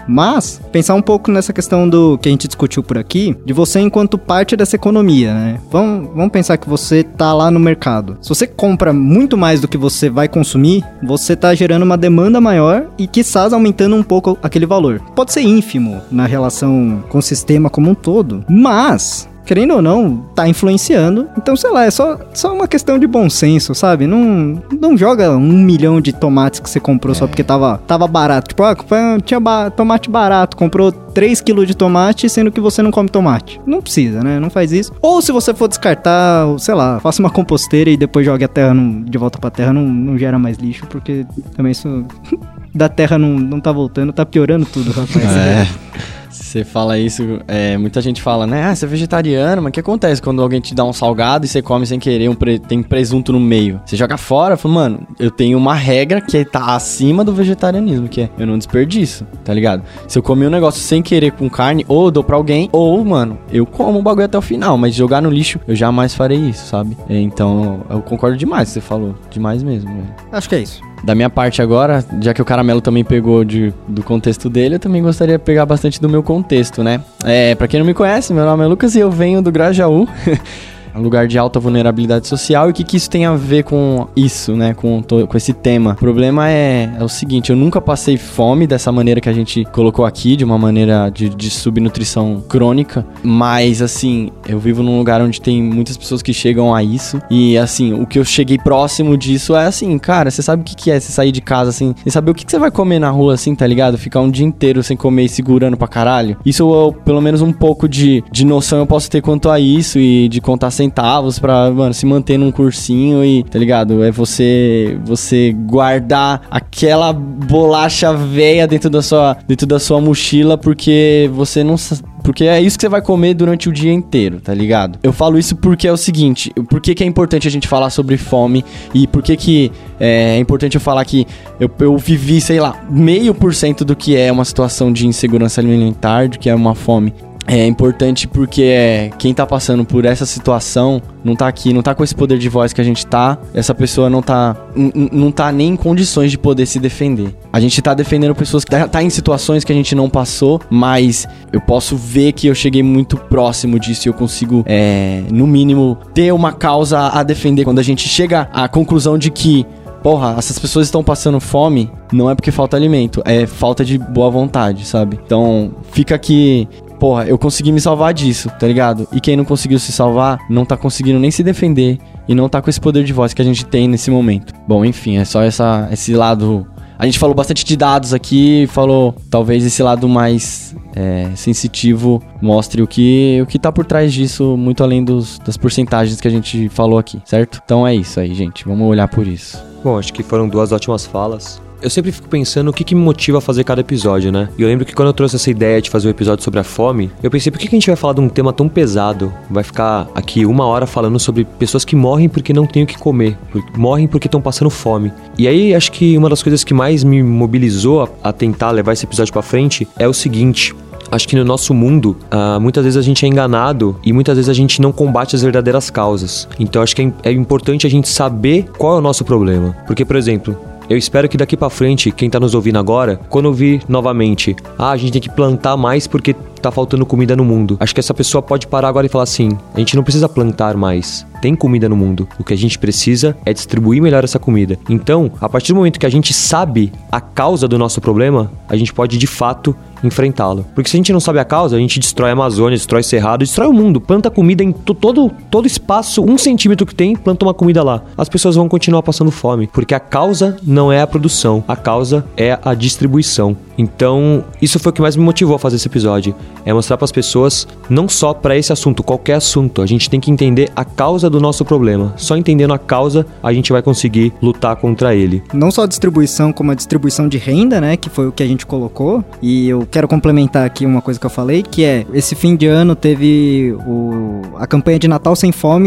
Mas, pensar um pouco nessa questão do que a gente discutiu por aqui, de você enquanto parte dessa economia, né? Vamos, vamos pensar que você tá lá no mercado. Se você compra muito mais do que você vai consumir, você tá gerando uma demanda maior e, quiçás, aumentando um pouco aquele valor. Pode ser ínfimo na relação com o sistema como um todo, mas... querendo ou não, tá influenciando. Então, sei lá, é só, só uma questão de bom senso, sabe? Não, não joga um milhão de tomates que você comprou é. só porque tava, tava barato. Tipo, ah, tinha ba- tomate barato, comprou três quilos de tomate, sendo que você não come tomate. Não precisa, né? Não faz isso. Ou se você for descartar, sei lá, faça uma composteira e depois jogue a terra no, de volta pra terra, não, não gera mais lixo, porque também isso da terra não, não tá voltando, tá piorando tudo, rapaz. É. Você fala isso, é, muita gente fala, né? Ah, você é vegetariano, mas o que acontece quando alguém te dá um salgado e você come sem querer, um pre- tem presunto no meio? Você joga fora? Fala, mano, eu tenho uma regra que tá acima do vegetarianismo, que é eu não desperdiço, tá ligado? Se eu comer um negócio sem querer com carne, ou eu dou pra alguém, ou, mano, eu como o bagulho até o final, mas jogar no lixo, eu jamais farei isso, sabe? Então, eu concordo demais com o que você falou, demais mesmo, velho. Acho que é isso. Da minha parte agora, já que o Caramelo também pegou de, do contexto dele, eu também gostaria de pegar bastante do meu contexto, né? É, pra quem não me conhece, meu nome é Lucas e eu venho do Grajaú, um lugar de alta vulnerabilidade social. E o que, que isso tem a ver com isso, né? Com, to, com esse tema? O problema é, é o seguinte, eu nunca passei fome dessa maneira que a gente colocou aqui, de uma maneira de, de subnutrição crônica, mas, assim, eu vivo num lugar onde tem muitas pessoas que chegam a isso, e, assim, o que eu cheguei próximo disso é, assim, cara, você sabe o que, que é você sair de casa, assim, sem saber o que, que você vai comer na rua, assim, tá ligado? Ficar um dia inteiro sem comer e segurando pra caralho. Isso, eu, pelo menos um pouco de, de noção eu posso ter quanto a isso, e de contar centavos pra, mano, se manter num cursinho e, tá ligado? É você, você guardar aquela bolacha velha dentro da sua, dentro da sua mochila, porque você não... Porque é isso que você vai comer durante o dia inteiro, tá ligado? Eu falo isso porque é o seguinte, por que que é importante a gente falar sobre fome e por que que é importante eu falar que eu, eu vivi, sei lá, meio por cento do que é uma situação de insegurança alimentar, do que é uma fome. É importante porque é, quem tá passando por essa situação não tá aqui, não tá com esse poder de voz que a gente tá. Essa pessoa não tá, n- não tá nem em condições de poder se defender. A gente tá defendendo pessoas que tá, tá em situações que a gente não passou, mas eu posso ver que eu cheguei muito próximo disso e eu consigo, é, no mínimo, ter uma causa a defender. Quando a gente chega à conclusão de que, porra, essas pessoas estão passando fome, não é porque falta alimento, é falta de boa vontade, sabe? Então, fica aqui... Porra, eu consegui me salvar disso, tá ligado? E quem não conseguiu se salvar, não tá conseguindo nem se defender e não tá com esse poder de voz que a gente tem nesse momento. Bom, enfim, é só essa, esse lado... A gente falou bastante de dados aqui, falou talvez esse lado mais é, sensitivo mostre o que, o que tá por trás disso, muito além dos, das porcentagens que a gente falou aqui, certo? Então é isso aí, gente, vamos olhar por isso. Bom, acho que foram duas ótimas falas. Eu sempre fico pensando o que, que me motiva a fazer cada episódio, né? E eu lembro que quando eu trouxe essa ideia de fazer um episódio sobre a fome, eu pensei, por que, que a gente vai falar de um tema tão pesado? Vai ficar aqui uma hora falando sobre pessoas que morrem porque não têm o que comer, morrem porque estão passando fome. E aí, acho que uma das coisas que mais me mobilizou a, a tentar levar esse episódio pra frente é o seguinte... Acho que no nosso mundo, uh, muitas vezes a gente é enganado e muitas vezes a gente não combate as verdadeiras causas. Então acho que é, é importante a gente saber qual é o nosso problema. Porque, por exemplo... Eu espero que daqui pra frente, quem tá nos ouvindo agora, quando ouvir novamente, ah, a gente tem que plantar mais porque tá faltando comida no mundo. Acho que essa pessoa pode parar agora e falar assim, a gente não precisa plantar mais, tem comida no mundo. O que a gente precisa é distribuir melhor essa comida. Então, a partir do momento que a gente sabe a causa do nosso problema, a gente pode de fato enfrentá-lo. Porque se a gente não sabe a causa, a gente destrói a Amazônia, destrói o Cerrado, destrói o mundo, planta comida em to- todo, todo espaço, um centímetro que tem, planta uma comida lá. As pessoas vão continuar passando fome, porque a causa não é a produção, a causa é a distribuição. Então, isso foi o que mais me motivou a fazer esse episódio, é mostrar para as pessoas, não só para esse assunto, qualquer assunto, a gente tem que entender a causa do nosso problema. Só entendendo a causa, a gente vai conseguir lutar contra ele. Não só a distribuição, como a distribuição de renda, né, que foi o que a gente colocou, e eu quero complementar aqui uma coisa que eu falei, que é, esse fim de ano teve o, a campanha de Natal Sem Fome, que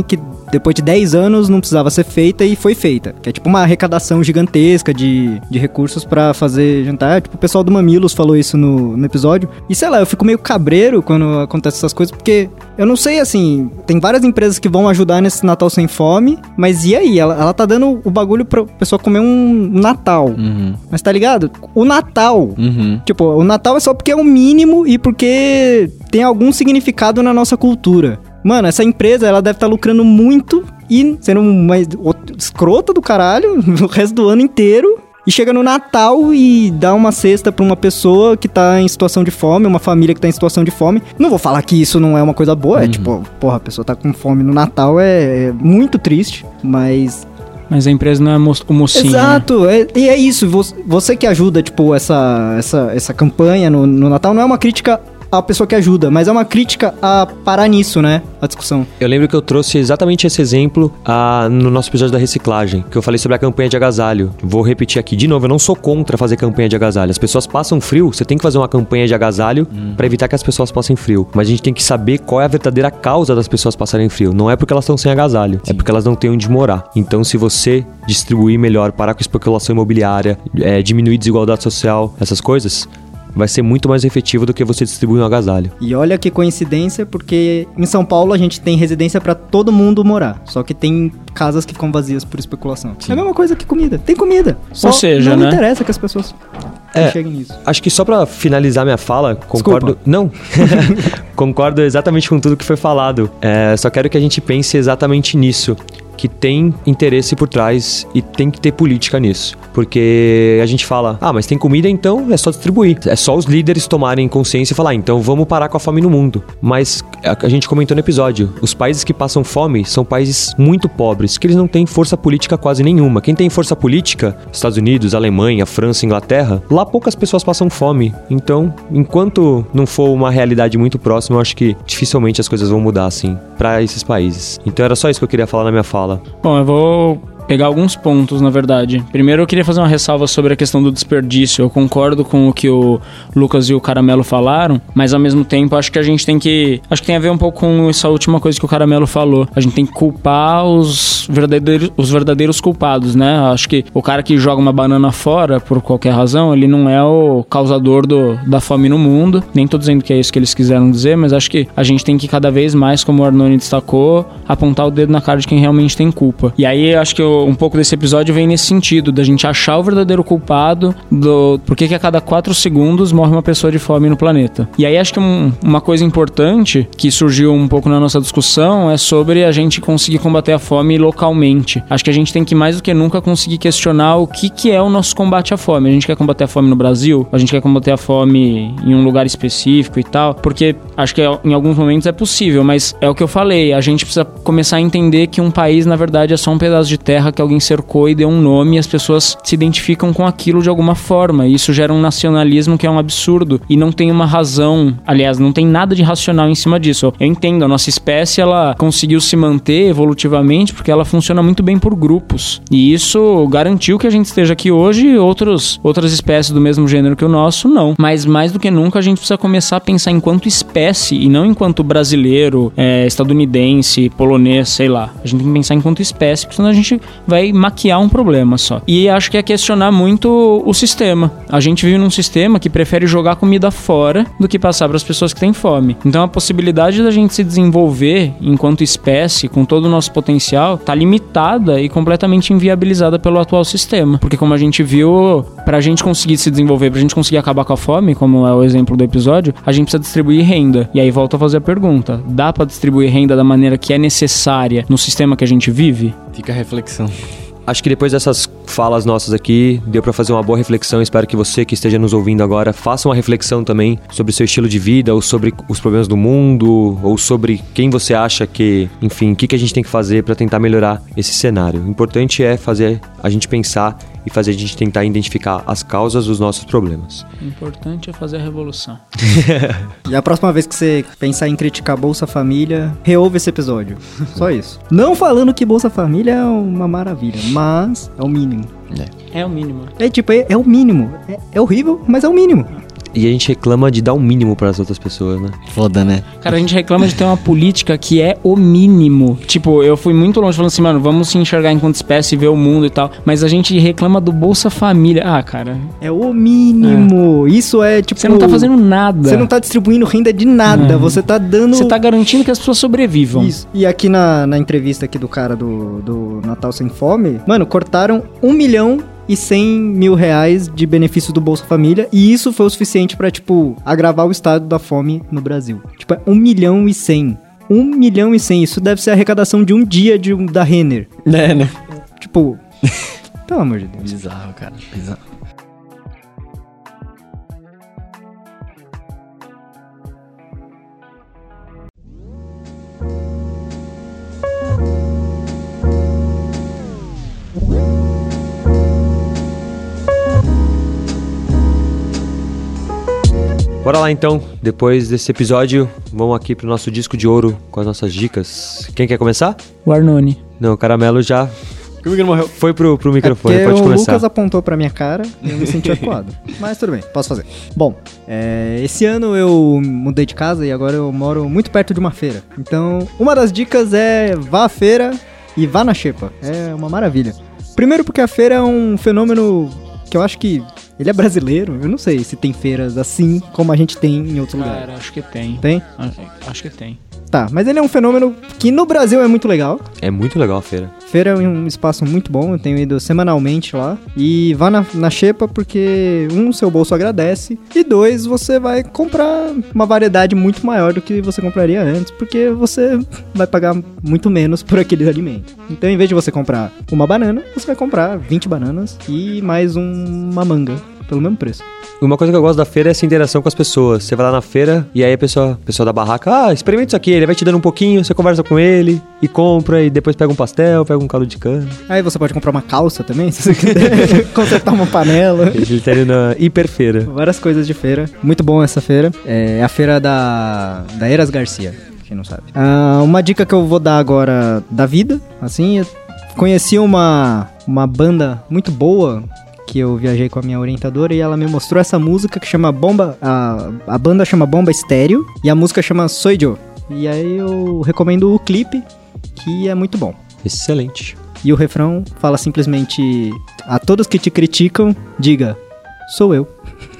depois de dez anos não precisava ser feita e foi feita. Que é tipo uma arrecadação gigantesca de, de recursos pra fazer jantar. Tipo, o pessoal do Mamilos falou isso no, no episódio. E sei lá, eu fico meio cabreiro quando acontece essas coisas, porque eu não sei, assim, tem várias empresas que vão ajudar nesse Natal Sem Fome, mas e aí? Ela, ela tá dando o bagulho pra pessoa comer um Natal. Uhum. Mas tá ligado? O Natal. Uhum. Tipo, o Natal é só porque é o mínimo e porque tem algum significado na nossa cultura. Mano, essa empresa, ela deve estar tá lucrando muito e sendo uma escrota do caralho o resto do ano inteiro. E chega no Natal e dá uma cesta pra uma pessoa que tá em situação de fome, uma família que tá em situação de fome. Não vou falar que isso não é uma coisa boa, uhum. É tipo, porra, a pessoa tá com fome no Natal, é, é muito triste, mas... Mas a empresa não é mo- o mocinho. Exato, né? é, e é isso, você, você que ajuda, tipo, essa, essa, essa campanha no, no Natal, não é uma crítica a pessoa que ajuda, mas é uma crítica a parar nisso, né? A discussão. Eu lembro que eu trouxe exatamente esse exemplo ah, no nosso episódio da reciclagem, que eu falei sobre a campanha de agasalho. Vou repetir aqui de novo, eu não sou contra fazer campanha de agasalho. As pessoas passam frio, você tem que fazer uma campanha de agasalho hum. pra evitar que as pessoas passem frio. Mas a gente tem que saber qual é a verdadeira causa das pessoas passarem frio. Não é porque elas estão sem agasalho, Sim. é porque elas não têm onde morar. Então, se você distribuir melhor, parar com a especulação imobiliária, é, diminuir desigualdade social, essas coisas... vai ser muito mais efetivo do que você distribuir um agasalho. E olha que coincidência, porque em São Paulo a gente tem residência pra todo mundo morar. Só que tem casas que ficam vazias por especulação. Sim. É a mesma coisa que comida. Tem comida. Só Ou seja, não né? me interessa que as pessoas é, cheguem nisso. Acho que só pra finalizar minha fala, concordo... Desculpa. Não. Concordo exatamente com tudo que foi falado. É, só quero que a gente pense exatamente nisso. Que tem interesse por trás e tem que ter política nisso. Porque a gente fala, ah, mas tem comida, então é só distribuir. É só os líderes tomarem consciência e falar, ah, então vamos parar com a fome no mundo. Mas a, a gente comentou no episódio, os países que passam fome são países muito pobres, que eles não têm força política quase nenhuma. Quem tem força política, Estados Unidos, Alemanha, França, Inglaterra, lá poucas pessoas passam fome. Então, enquanto não for uma realidade muito próxima, eu acho que dificilmente as coisas vão mudar, assim, pra esses países. Então era só isso que eu queria falar na minha fala. Bom, eu vou pegar alguns pontos, na verdade. Primeiro eu queria fazer uma ressalva sobre a questão do desperdício. Eu concordo com o que o Lucas e o Caramelo falaram, mas ao mesmo tempo acho que a gente tem que... Acho que tem a ver um pouco com essa última coisa que o Caramelo falou. A gente tem que culpar os verdadeiros, os verdadeiros culpados, né? Acho que o cara que joga uma banana fora, por qualquer razão, ele não é o causador do, da fome no mundo. Nem tô dizendo que é isso que eles quiseram dizer, mas acho que a gente tem que cada vez mais, como o Arnone destacou, apontar o dedo na cara de quem realmente tem culpa. E aí acho que eu um pouco desse episódio vem nesse sentido, da gente achar o verdadeiro culpado do porquê que a cada quatro segundos morre uma pessoa de fome no planeta. E aí acho que um, uma coisa importante que surgiu um pouco na nossa discussão é sobre a gente conseguir combater a fome localmente. Acho que a gente tem que mais do que nunca conseguir questionar o que, que é o nosso combate à fome. A gente quer combater a fome no Brasil? A gente quer combater a fome em um lugar específico e tal? Porque acho que em alguns momentos é possível, mas é o que eu falei, a gente precisa começar a entender que um país na verdade é só um pedaço de terra que alguém cercou e deu um nome e as pessoas se identificam com aquilo de alguma forma. E isso gera um nacionalismo que é um absurdo e não tem uma razão, aliás, não tem nada de racional em cima disso. Eu entendo, a nossa espécie, ela conseguiu se manter evolutivamente porque ela funciona muito bem por grupos. E isso garantiu que a gente esteja aqui hoje e outros, outras espécies do mesmo gênero que o nosso, não. Mas mais do que nunca a gente precisa começar a pensar enquanto espécie e não enquanto brasileiro, é, estadunidense, polonês, sei lá. A gente tem que pensar enquanto espécie, porque senão a gente vai maquiar um problema só. E acho que é questionar muito o sistema. A gente vive num sistema que prefere jogar comida fora do que passar para as pessoas que têm fome. Então a possibilidade da gente se desenvolver enquanto espécie, com todo o nosso potencial, tá limitada e completamente inviabilizada pelo atual sistema. Porque como a gente viu, pra gente conseguir se desenvolver, pra gente conseguir acabar com a fome, como é o exemplo do episódio, a gente precisa distribuir renda. E aí volta a fazer a pergunta: dá pra distribuir renda da maneira que é necessária no sistema que a gente vive? Fica a reflexão. Acho que depois dessas falas nossas aqui, deu pra fazer uma boa reflexão. Espero que você que esteja nos ouvindo agora faça uma reflexão também sobre o seu estilo de vida, ou sobre os problemas do mundo, ou sobre quem você acha que, enfim, o que, que a gente tem que fazer pra tentar melhorar esse cenário. O importante é fazer a gente pensar e fazer a gente tentar identificar as causas dos nossos problemas. O importante é fazer a revolução. E a próxima vez que você pensar em criticar Bolsa Família, reouve esse episódio. Só isso. Não falando que Bolsa Família é uma maravilha, mas é o mínimo. É, é o mínimo. É tipo, é, é o mínimo. É, é horrível, mas é o mínimo. E a gente reclama de dar o mínimo para as outras pessoas, né? Foda, né? Cara, a gente reclama de ter uma política que é o mínimo. Tipo, eu fui muito longe falando assim, mano, vamos se enxergar enquanto espécie, ver o mundo e tal. Mas a gente reclama do Bolsa Família. Ah, cara. É o mínimo. É. Isso é tipo... Você não tá fazendo nada. Você não tá distribuindo renda de nada. É. Você tá dando... Você tá garantindo que as pessoas sobrevivam. Isso. E aqui na, na entrevista aqui do cara do, do Natal Sem Fome, mano, cortaram um milhão e cem mil reais de benefício do Bolsa Família, e isso foi o suficiente pra, tipo, agravar o estado da fome no Brasil. Tipo, é um milhão e cem. Um milhão e cem. Isso deve ser a arrecadação de um dia de, da Renner. É, né? Tipo, pelo amor de Deus. Bizarro, cara. Bizarro. Bora lá então, depois desse episódio, vamos aqui pro nosso disco de ouro com as nossas dicas. Quem quer começar? O Arnone. Não, o Caramelo já Como que não morreu? foi pro, pro microfone, é pode o começar. O Lucas apontou pra minha cara e eu me senti acuado. Mas tudo bem, posso fazer. Bom, é, esse ano eu mudei de casa e agora eu moro muito perto de uma feira. Então, uma das dicas é vá à feira e vá na xepa. É uma maravilha. Primeiro porque a feira é um fenômeno que eu acho que ele é brasileiro. Eu não sei se tem feiras assim como a gente tem em outros lugares. Cara, acho que tem. Tem? Acho que tem. Tá, mas ele é um fenômeno que no Brasil é muito legal. É muito legal a feira. Feira é um espaço muito bom, eu tenho ido semanalmente lá. E vá na, na xepa porque, um, seu bolso agradece. E dois, você vai comprar uma variedade muito maior do que você compraria antes. Porque você vai pagar muito menos por aquele alimento. Então, em vez de você comprar uma banana, você vai comprar vinte bananas e mais um, uma manga. Pelo mesmo preço. Uma coisa que eu gosto da feira é essa interação com as pessoas. Você vai lá na feira e aí a pessoa, a pessoa da barraca, ah, experimenta isso aqui, ele vai te dando um pouquinho, você conversa com ele e compra e depois pega um pastel, pega um caldo de cana. Aí você pode comprar uma calça também, se você quiser consertar uma panela. Ele tá indo na hiperfeira. Várias coisas de feira. Muito bom essa feira. É a feira da, da Eras Garcia, quem não sabe. Ah, uma dica que eu vou dar agora da vida, assim, eu conheci uma, uma banda muito boa que eu viajei com a minha orientadora e ela me mostrou essa música que chama Bomba... A, a banda chama Bomba Estéreo e a música chama Soy Yo. E aí eu recomendo o clipe, que é muito bom. Excelente. E o refrão fala simplesmente: a todos que te criticam, diga, sou eu.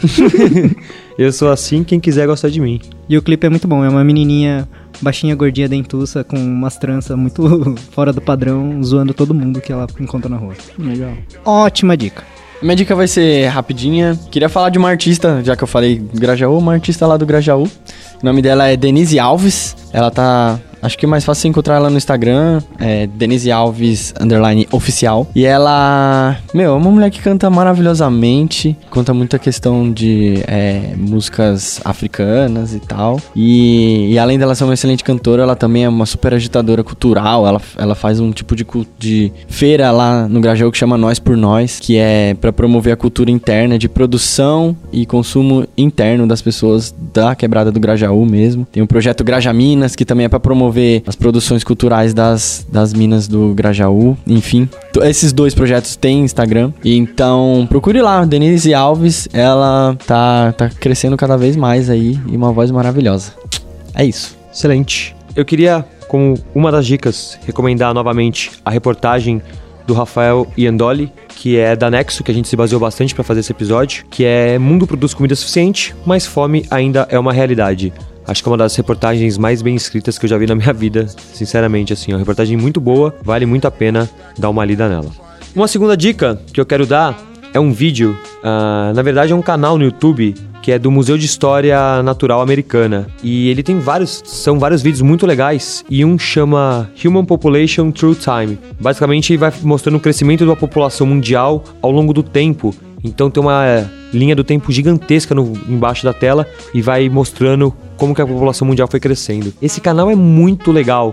Eu sou assim, quem quiser gostar de mim. E o clipe é muito bom, é uma menininha baixinha, gordinha, dentuça, com umas tranças muito fora do padrão, zoando todo mundo que ela encontra na rua. Legal. Ótima dica. Minha dica vai ser rapidinha. Queria falar de uma artista, já que eu falei Grajaú, uma artista lá do Grajaú. O nome dela é Denise Alves. Ela tá... Acho que é mais fácil encontrar ela no Instagram, é Denise Alves, underline, oficial. E ela, meu, é uma mulher que canta maravilhosamente, conta muita questão de é, músicas africanas e tal. E, e além dela ser uma excelente cantora, ela também é uma super agitadora cultural. Ela, ela faz um tipo de, de feira lá no Grajaú que chama Nós por Nós, que é pra promover a cultura interna de produção e consumo interno das pessoas da quebrada do Grajaú mesmo. Tem o projeto Graja Minas, que também é pra promover as produções culturais das, das minas do Grajaú. Enfim, t- esses dois projetos têm Instagram. Então, procure lá, Denise Alves. Ela tá, tá crescendo cada vez mais aí e uma voz maravilhosa. É isso. Excelente. Eu queria, como uma das dicas, recomendar novamente a reportagem do Rafael Iandoli, que é da Nexo, que a gente se baseou bastante para fazer esse episódio, que é Mundo produz comida suficiente, mas fome ainda é uma realidade. Acho que é uma das reportagens mais bem escritas que eu já vi na minha vida, sinceramente, assim, é uma reportagem muito boa, vale muito a pena dar uma lida nela. Uma segunda dica que eu quero dar é um vídeo, uh, na verdade é um canal no YouTube, que é do Museu de História Natural Americana, e ele tem vários, são vários vídeos muito legais, e um chama Human Population Through Time. Basicamente vai mostrando o crescimento da população mundial ao longo do tempo. Então tem uma linha do tempo gigantesca no, embaixo da tela e vai mostrando como que a população mundial foi crescendo. Esse canal é muito legal.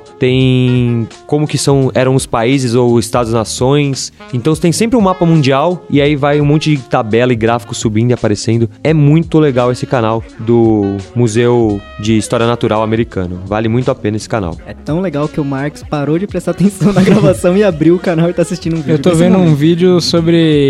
Tem como que são, eram os países ou estados-nações. Então tem sempre um mapa mundial e aí vai um monte de tabela e gráfico subindo e aparecendo. É muito legal esse canal do Museu de História Natural Americano. Vale muito a pena esse canal. É tão legal que o Marcos parou de prestar atenção na gravação e abriu o canal e tá assistindo um vídeo. Eu tô vendo um vídeo sobre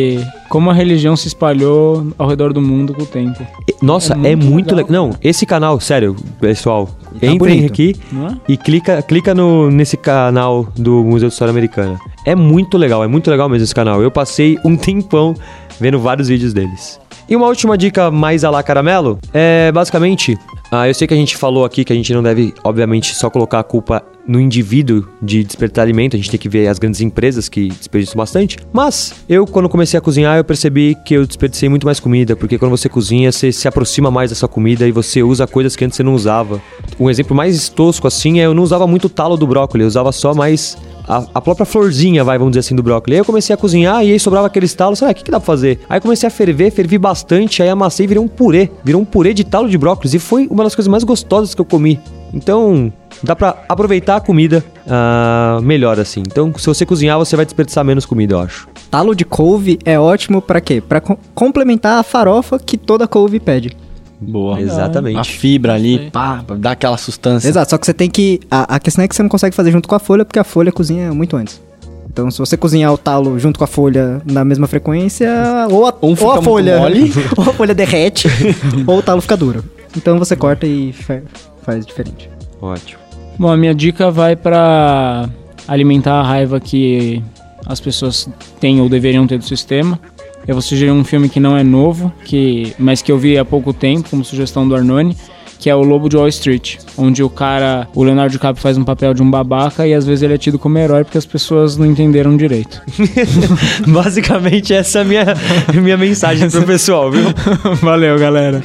como a religião se espalhou ao redor do mundo com o tempo. Nossa, É é muito muito legal. legal, Não, esse canal, sério, pessoal, tá entrem bonito. aqui Não é? e clica, clica no, nesse canal do Museu de História Americana. É muito legal, é muito legal mesmo esse canal. Eu passei um tempão vendo vários vídeos deles. E uma última dica mais a la caramelo é basicamente... Ah, eu sei que a gente falou aqui que a gente não deve, obviamente, só colocar a culpa no indivíduo de despertar alimento. A gente tem que ver as grandes empresas que desperdiçam bastante. Mas eu, quando comecei a cozinhar, eu percebi que eu desperdicei muito mais comida. Porque quando você cozinha, você se aproxima mais da sua comida e você usa coisas que antes você não usava. Um exemplo mais tosco assim é eu não usava muito o talo do brócolis. Eu usava só mais... A, a própria florzinha, vai, vamos dizer assim, do brócolis. Aí eu comecei a cozinhar e aí sobrava aqueles talos. Sabe, o que, que dá pra fazer? Aí eu comecei a ferver, fervi bastante, aí amassei e virei um purê. Virou um purê de talo de brócolis e foi uma das coisas mais gostosas que eu comi. Então, dá pra aproveitar a comida uh, melhor, assim. Então, se você cozinhar, você vai desperdiçar menos comida, eu acho. Talo de couve é ótimo pra quê? Pra co- complementar a farofa que toda couve pede. Boa. Exatamente. A fibra ali, Sei. pá, pra dar aquela sustância. Exato, só que você tem que... A, a questão é que você não consegue fazer junto com a folha, porque a folha cozinha muito antes. Então, se você cozinhar o talo junto com a folha na mesma frequência, ou a, Um ou fica a muito folha... mole. ou a folha derrete, ou o talo fica duro. Então, você corta e fa- faz diferente. Ótimo. Bom, a minha dica vai pra alimentar a raiva que as pessoas têm ou deveriam ter do sistema. Eu vou sugerir um filme que não é novo, que, mas que eu vi há pouco tempo, como sugestão do Arnone, que é o Lobo de Wall Street, onde o cara, o Leonardo DiCaprio faz um papel de um babaca e às vezes ele é tido como herói porque as pessoas não entenderam direito. Basicamente, essa é a minha, minha mensagem pro pessoal, viu? Valeu, galera.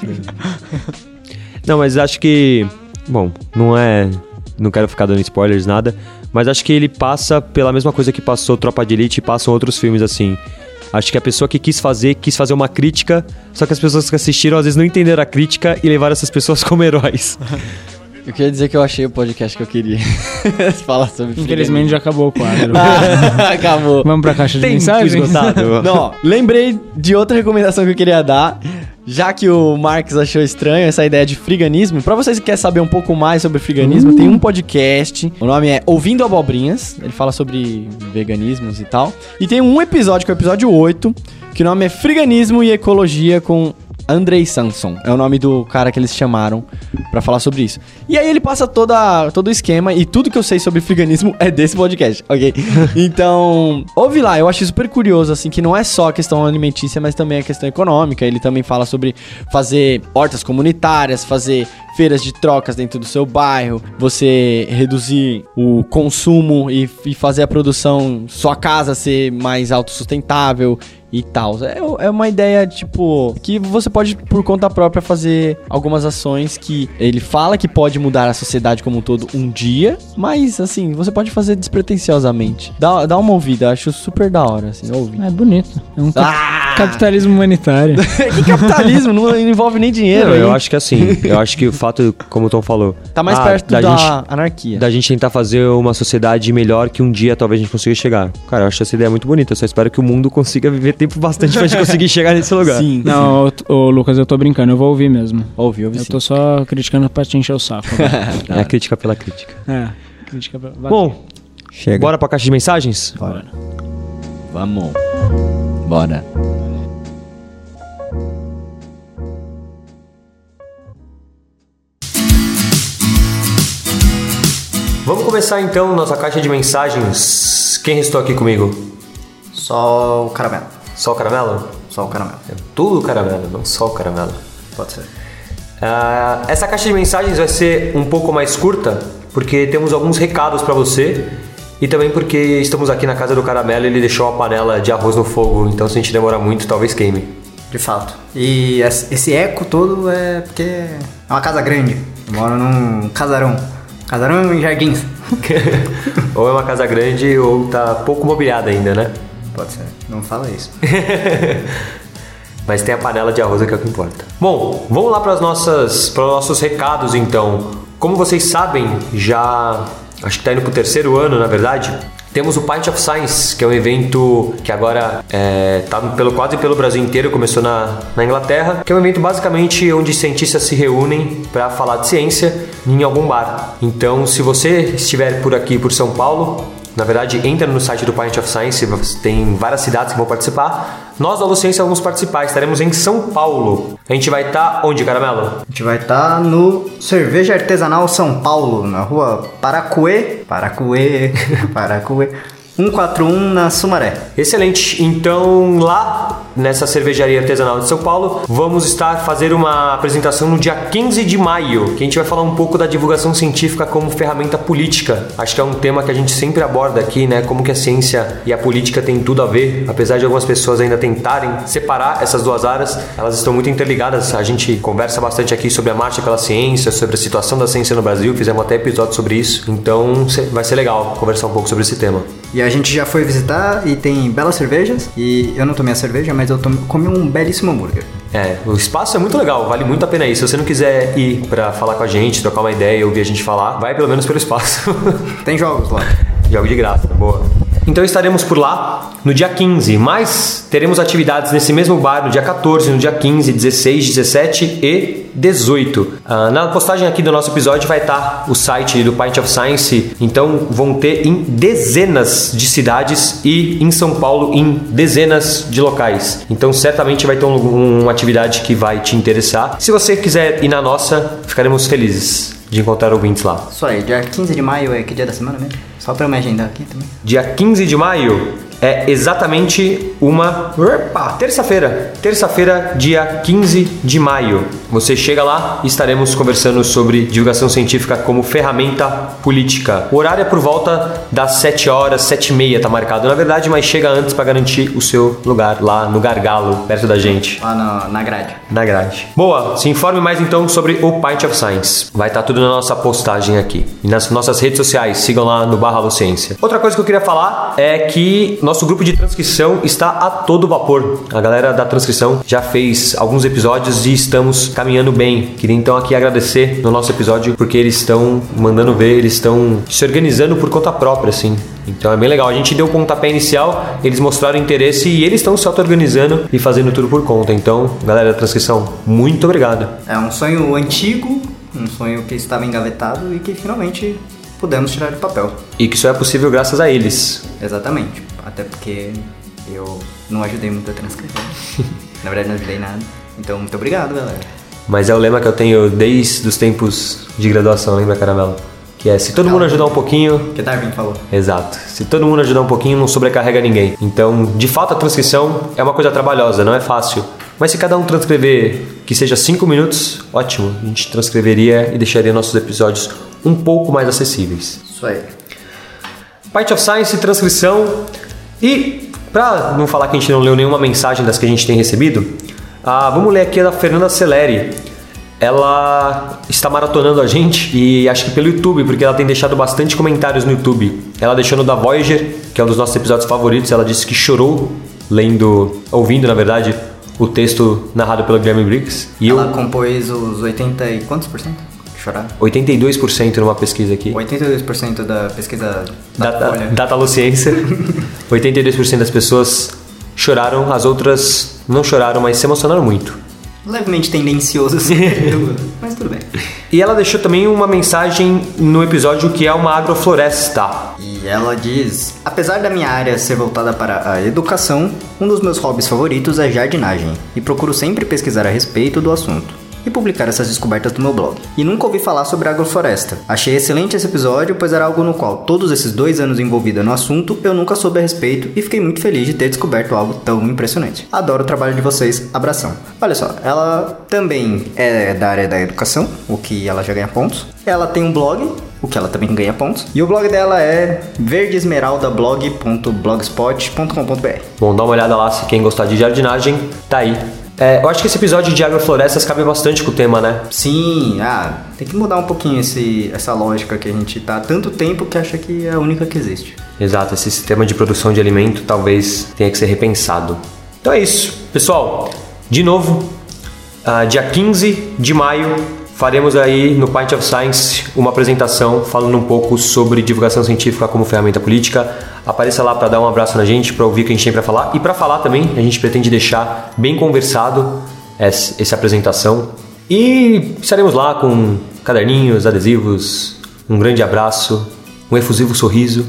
Não, mas acho que... Bom, não é... Não quero ficar dando spoilers, nada. Mas acho que ele passa pela mesma coisa que passou Tropa de Elite e passam outros filmes, assim. Acho que a pessoa que quis fazer, quis fazer uma crítica, só que as pessoas que assistiram às vezes não entenderam a crítica e levaram essas pessoas como heróis. Eu queria dizer que eu achei o podcast que eu queria falar sobre Infelizmente já acabou o quadro. Ah, acabou. Vamos pra caixa de Tempo mensagens? esgotado. Não, ó, lembrei de outra recomendação que eu queria dar. Já que o Marcos achou estranho essa ideia de friganismo, pra vocês que querem saber um pouco mais sobre friganismo, uh. tem um podcast, o nome é Ouvindo Abobrinhas, ele fala sobre veganismos e tal. E tem um episódio, que é o episódio oito, que o nome é Friganismo e Ecologia com Andrei Samson. É o nome do cara que eles chamaram pra falar sobre isso. E aí ele passa toda, todo o esquema e tudo que eu sei sobre friganismo é desse podcast, ok? Então, ouve lá, eu achei super curioso, assim, que não é só a questão alimentícia, mas também a questão econômica. Ele também fala sobre fazer hortas comunitárias, fazer feiras de trocas dentro do seu bairro, você reduzir o consumo e, e fazer a produção, sua casa ser mais autossustentável e tal. É, é uma ideia, tipo, que você pode, por conta própria, fazer algumas ações que ele fala que pode mudar a sociedade como um todo um dia, mas, assim, você pode fazer despretensiosamente. Dá, dá uma ouvida, acho super da hora, assim, ouvir. É bonito. É um cap- Ah! capitalismo humanitário. Que capitalismo? Não envolve nem dinheiro. Não, eu hein? acho que assim, eu acho que o fato, como o Tom falou... Tá mais ah, perto da, gente, anarquia. da gente tentar fazer uma sociedade melhor que um dia talvez a gente consiga chegar. Cara, eu acho essa ideia muito bonita, eu só espero que o mundo consiga viver tempo bastante pra gente conseguir chegar nesse lugar. Sim. Não, ô, ô, Lucas, eu tô brincando, eu vou ouvir mesmo. Ouvi, ouvi Eu sim. tô só criticando pra te encher o saco. É a crítica pela crítica. É, crítica pra... Bom, Chega. bora pra caixa de mensagens? Bora. Vamos. Bora. Vamos começar então nossa caixa de mensagens. Quem restou aqui comigo? Só o caramelo. Só o caramelo? Só o caramelo. É tudo caramelo, não só o caramelo. Pode ser. Ah, essa caixa de mensagens vai ser um pouco mais curta, porque temos alguns recados pra você e também porque estamos aqui na casa do caramelo e ele deixou uma panela de arroz no fogo, então se a gente demorar muito, talvez queime. De fato. E esse eco todo é porque é uma casa grande. Eu moro num casarão. Casarão em Jardins. Ou é uma casa grande ou tá pouco mobiliada ainda, né? Pode ser. Não fala isso. Mas tem a panela de arroz que é o que importa. Bom, vamos lá para os nossos recados então. Como vocês sabem, já acho que está indo para o terceiro ano, na verdade. Temos o Pint of Science, que é um evento que agora está é, pelo, quase pelo Brasil inteiro, começou na, na Inglaterra, que é um evento basicamente onde cientistas se reúnem para falar de ciência em algum bar. Então, se você estiver por aqui, por São Paulo, Na verdade, entra no site do Pint of Science, tem várias cidades que vão participar. Nós da Aluciência vamos participar, estaremos em São Paulo. A gente vai estar tá onde, Caramelo? A gente vai estar tá no Cerveja Artesanal São Paulo, na rua Paracuê, Paracuê, Paracuê, cento e quarenta e um na Sumaré. Excelente. Então, lá nessa cervejaria artesanal de São Paulo, vamos estar fazer uma apresentação no dia quinze de maio, que a gente vai falar um pouco da divulgação científica como ferramenta política. Acho que é um tema que a gente sempre aborda aqui, né? Como que a ciência e a política têm tudo a ver, apesar de algumas pessoas ainda tentarem separar essas duas áreas, elas estão muito interligadas. A gente conversa bastante aqui sobre a marcha pela ciência, sobre a situação da ciência no Brasil, fizemos até episódio sobre isso. Então, vai ser legal conversar um pouco sobre esse tema. E a gente já foi visitar e tem belas cervejas. E eu não tomei a cerveja, mas eu tomei, comi um belíssimo hambúrguer. É, o espaço é muito legal, vale muito a pena ir. Se você não quiser ir pra falar com a gente, trocar uma ideia, ouvir a gente falar, vai pelo menos pelo espaço. Tem jogos lá. Jogo de graça, boa. Então estaremos por lá no dia quinze, mas teremos atividades nesse mesmo bar no dia quatorze, no dia quinze, dezesseis, dezessete e dezoito. Ah, na postagem aqui do nosso episódio vai estar o site do Pint of Science, então vão ter em dezenas de cidades e em São Paulo em dezenas de locais. Então certamente vai ter um, uma atividade que vai te interessar. Se você quiser ir na nossa, ficaremos felizes de encontrar ouvintes lá. Isso aí, dia quinze de maio é que dia da semana mesmo? Só pra eu me agendar aqui também. Dia quinze de maio é exatamente uma Opa, terça-feira. Terça-feira, dia quinze de maio. Você chega lá e estaremos conversando sobre divulgação científica como ferramenta política. O horário é por volta das sete horas, sete e meia tá marcado, na verdade, mas chega antes para garantir o seu lugar lá no Gargalo, perto da gente. Lá na, na grade. Na grade. Boa, se informe mais então sobre o Pint of Science. Vai estar tudo na nossa postagem aqui. E nas nossas redes sociais, sigam lá no barra Aluciência. Outra coisa que eu queria falar é que nosso grupo de transcrição está a todo vapor. A galera da transcrição já fez alguns episódios e estamos caminhando bem. Queria então aqui agradecer no nosso episódio porque eles estão mandando ver, eles estão se organizando por conta própria, assim. Então é bem legal. A gente deu o pontapé inicial, eles mostraram interesse e eles estão se auto-organizando e fazendo tudo por conta. Então, galera da transcrição, muito obrigado. É um sonho antigo, um sonho que estava engavetado e que finalmente pudemos tirar do papel. E que isso é possível graças a eles. Exatamente. Até porque eu não ajudei muito a transcrever. Na verdade, não ajudei nada. Então, muito obrigado, galera. Mas é o lema que eu tenho desde os tempos de graduação, lembra, Caramelo? Que é, se todo mundo ajudar um pouquinho... Que Darwin falou. Exato. Se todo mundo ajudar um pouquinho, não sobrecarrega ninguém. Então, de fato, a transcrição é uma coisa trabalhosa, não é fácil. Mas se cada um transcrever que seja cinco minutos, ótimo. A gente transcreveria e deixaria nossos episódios um pouco mais acessíveis. Isso aí. Pint of Science, transcrição. E, pra não falar que a gente não leu nenhuma mensagem das que a gente tem recebido, ah, vamos ler aqui a da Fernanda Celeri. Ela está maratonando a gente e acho que pelo YouTube, porque ela tem deixado bastante comentários no YouTube. Ela deixou no da Voyager, que é um dos nossos episódios favoritos. Ela disse que chorou lendo, ouvindo, na verdade, o texto narrado pelo Guilherme Briggs. E ela eu... compôs os oitenta e quantos por cento? Chorar? oitenta e dois por cento numa pesquisa aqui. oitenta e dois por cento da pesquisa da Data, Folha. Data Aluciência. oitenta e dois por cento das pessoas choraram, as outras não choraram, mas se emocionaram muito. Levemente tendencioso, assim, mas tudo bem. E ela deixou também uma mensagem no episódio que é uma agrofloresta. E ela diz: apesar da minha área ser voltada para a educação, um dos meus hobbies favoritos é jardinagem, e procuro sempre pesquisar a respeito do assunto e publicar essas descobertas no meu blog. E nunca ouvi falar sobre a agrofloresta. Achei excelente esse episódio, pois era algo no qual, todos esses dois anos envolvida no assunto, eu nunca soube a respeito e fiquei muito feliz de ter descoberto algo tão impressionante. Adoro o trabalho de vocês, abração. Olha só, ela também é da área da educação, o que ela já ganha pontos. Ela tem um blog, o que ela também ganha pontos. E o blog dela é verdesmeraldablog ponto blogspot ponto com ponto b r. Bom, dá uma olhada lá se quem gostar de jardinagem, tá aí. É, eu acho que esse episódio de agroflorestas cabe bastante com o tema, né? Sim, ah, tem que mudar um pouquinho esse, essa lógica que a gente tá há tanto tempo que acha que é a única que existe. Exato, esse sistema de produção de alimento talvez tenha que ser repensado. Então é isso. Pessoal, de novo, uh, dia quinze de maio, faremos aí no Pint of Science uma apresentação falando um pouco sobre divulgação científica como ferramenta política. Apareça lá para dar um abraço na gente, para ouvir o que a gente tem para falar. E para falar também, a gente pretende deixar bem conversado essa, essa apresentação. E estaremos lá com caderninhos, adesivos, um grande abraço, um efusivo sorriso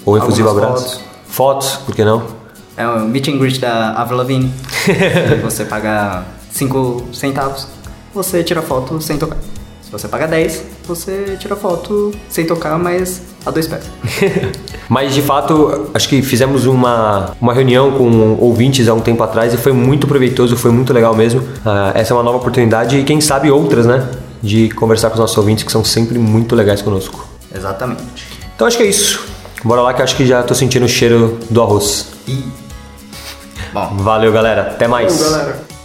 Ou efusivo Algumas abraço. fotos. Fotos, por que não? É o meet and greet da Avril Lavigne. Você paga cinco centavos, você tira foto sem tocar. Se você paga dez, você tira foto sem tocar, mas a dois pés. Mas de fato, acho que fizemos uma, uma reunião com ouvintes há um tempo atrás e foi muito proveitoso, foi muito legal mesmo. Uh, essa é uma nova oportunidade e quem sabe outras, né? De conversar com os nossos ouvintes que são sempre muito legais conosco. Exatamente. Então acho que é isso. Bora lá que eu acho que já tô sentindo o cheiro do arroz. E... Bom. Valeu, galera. Até mais. Valeu, galera.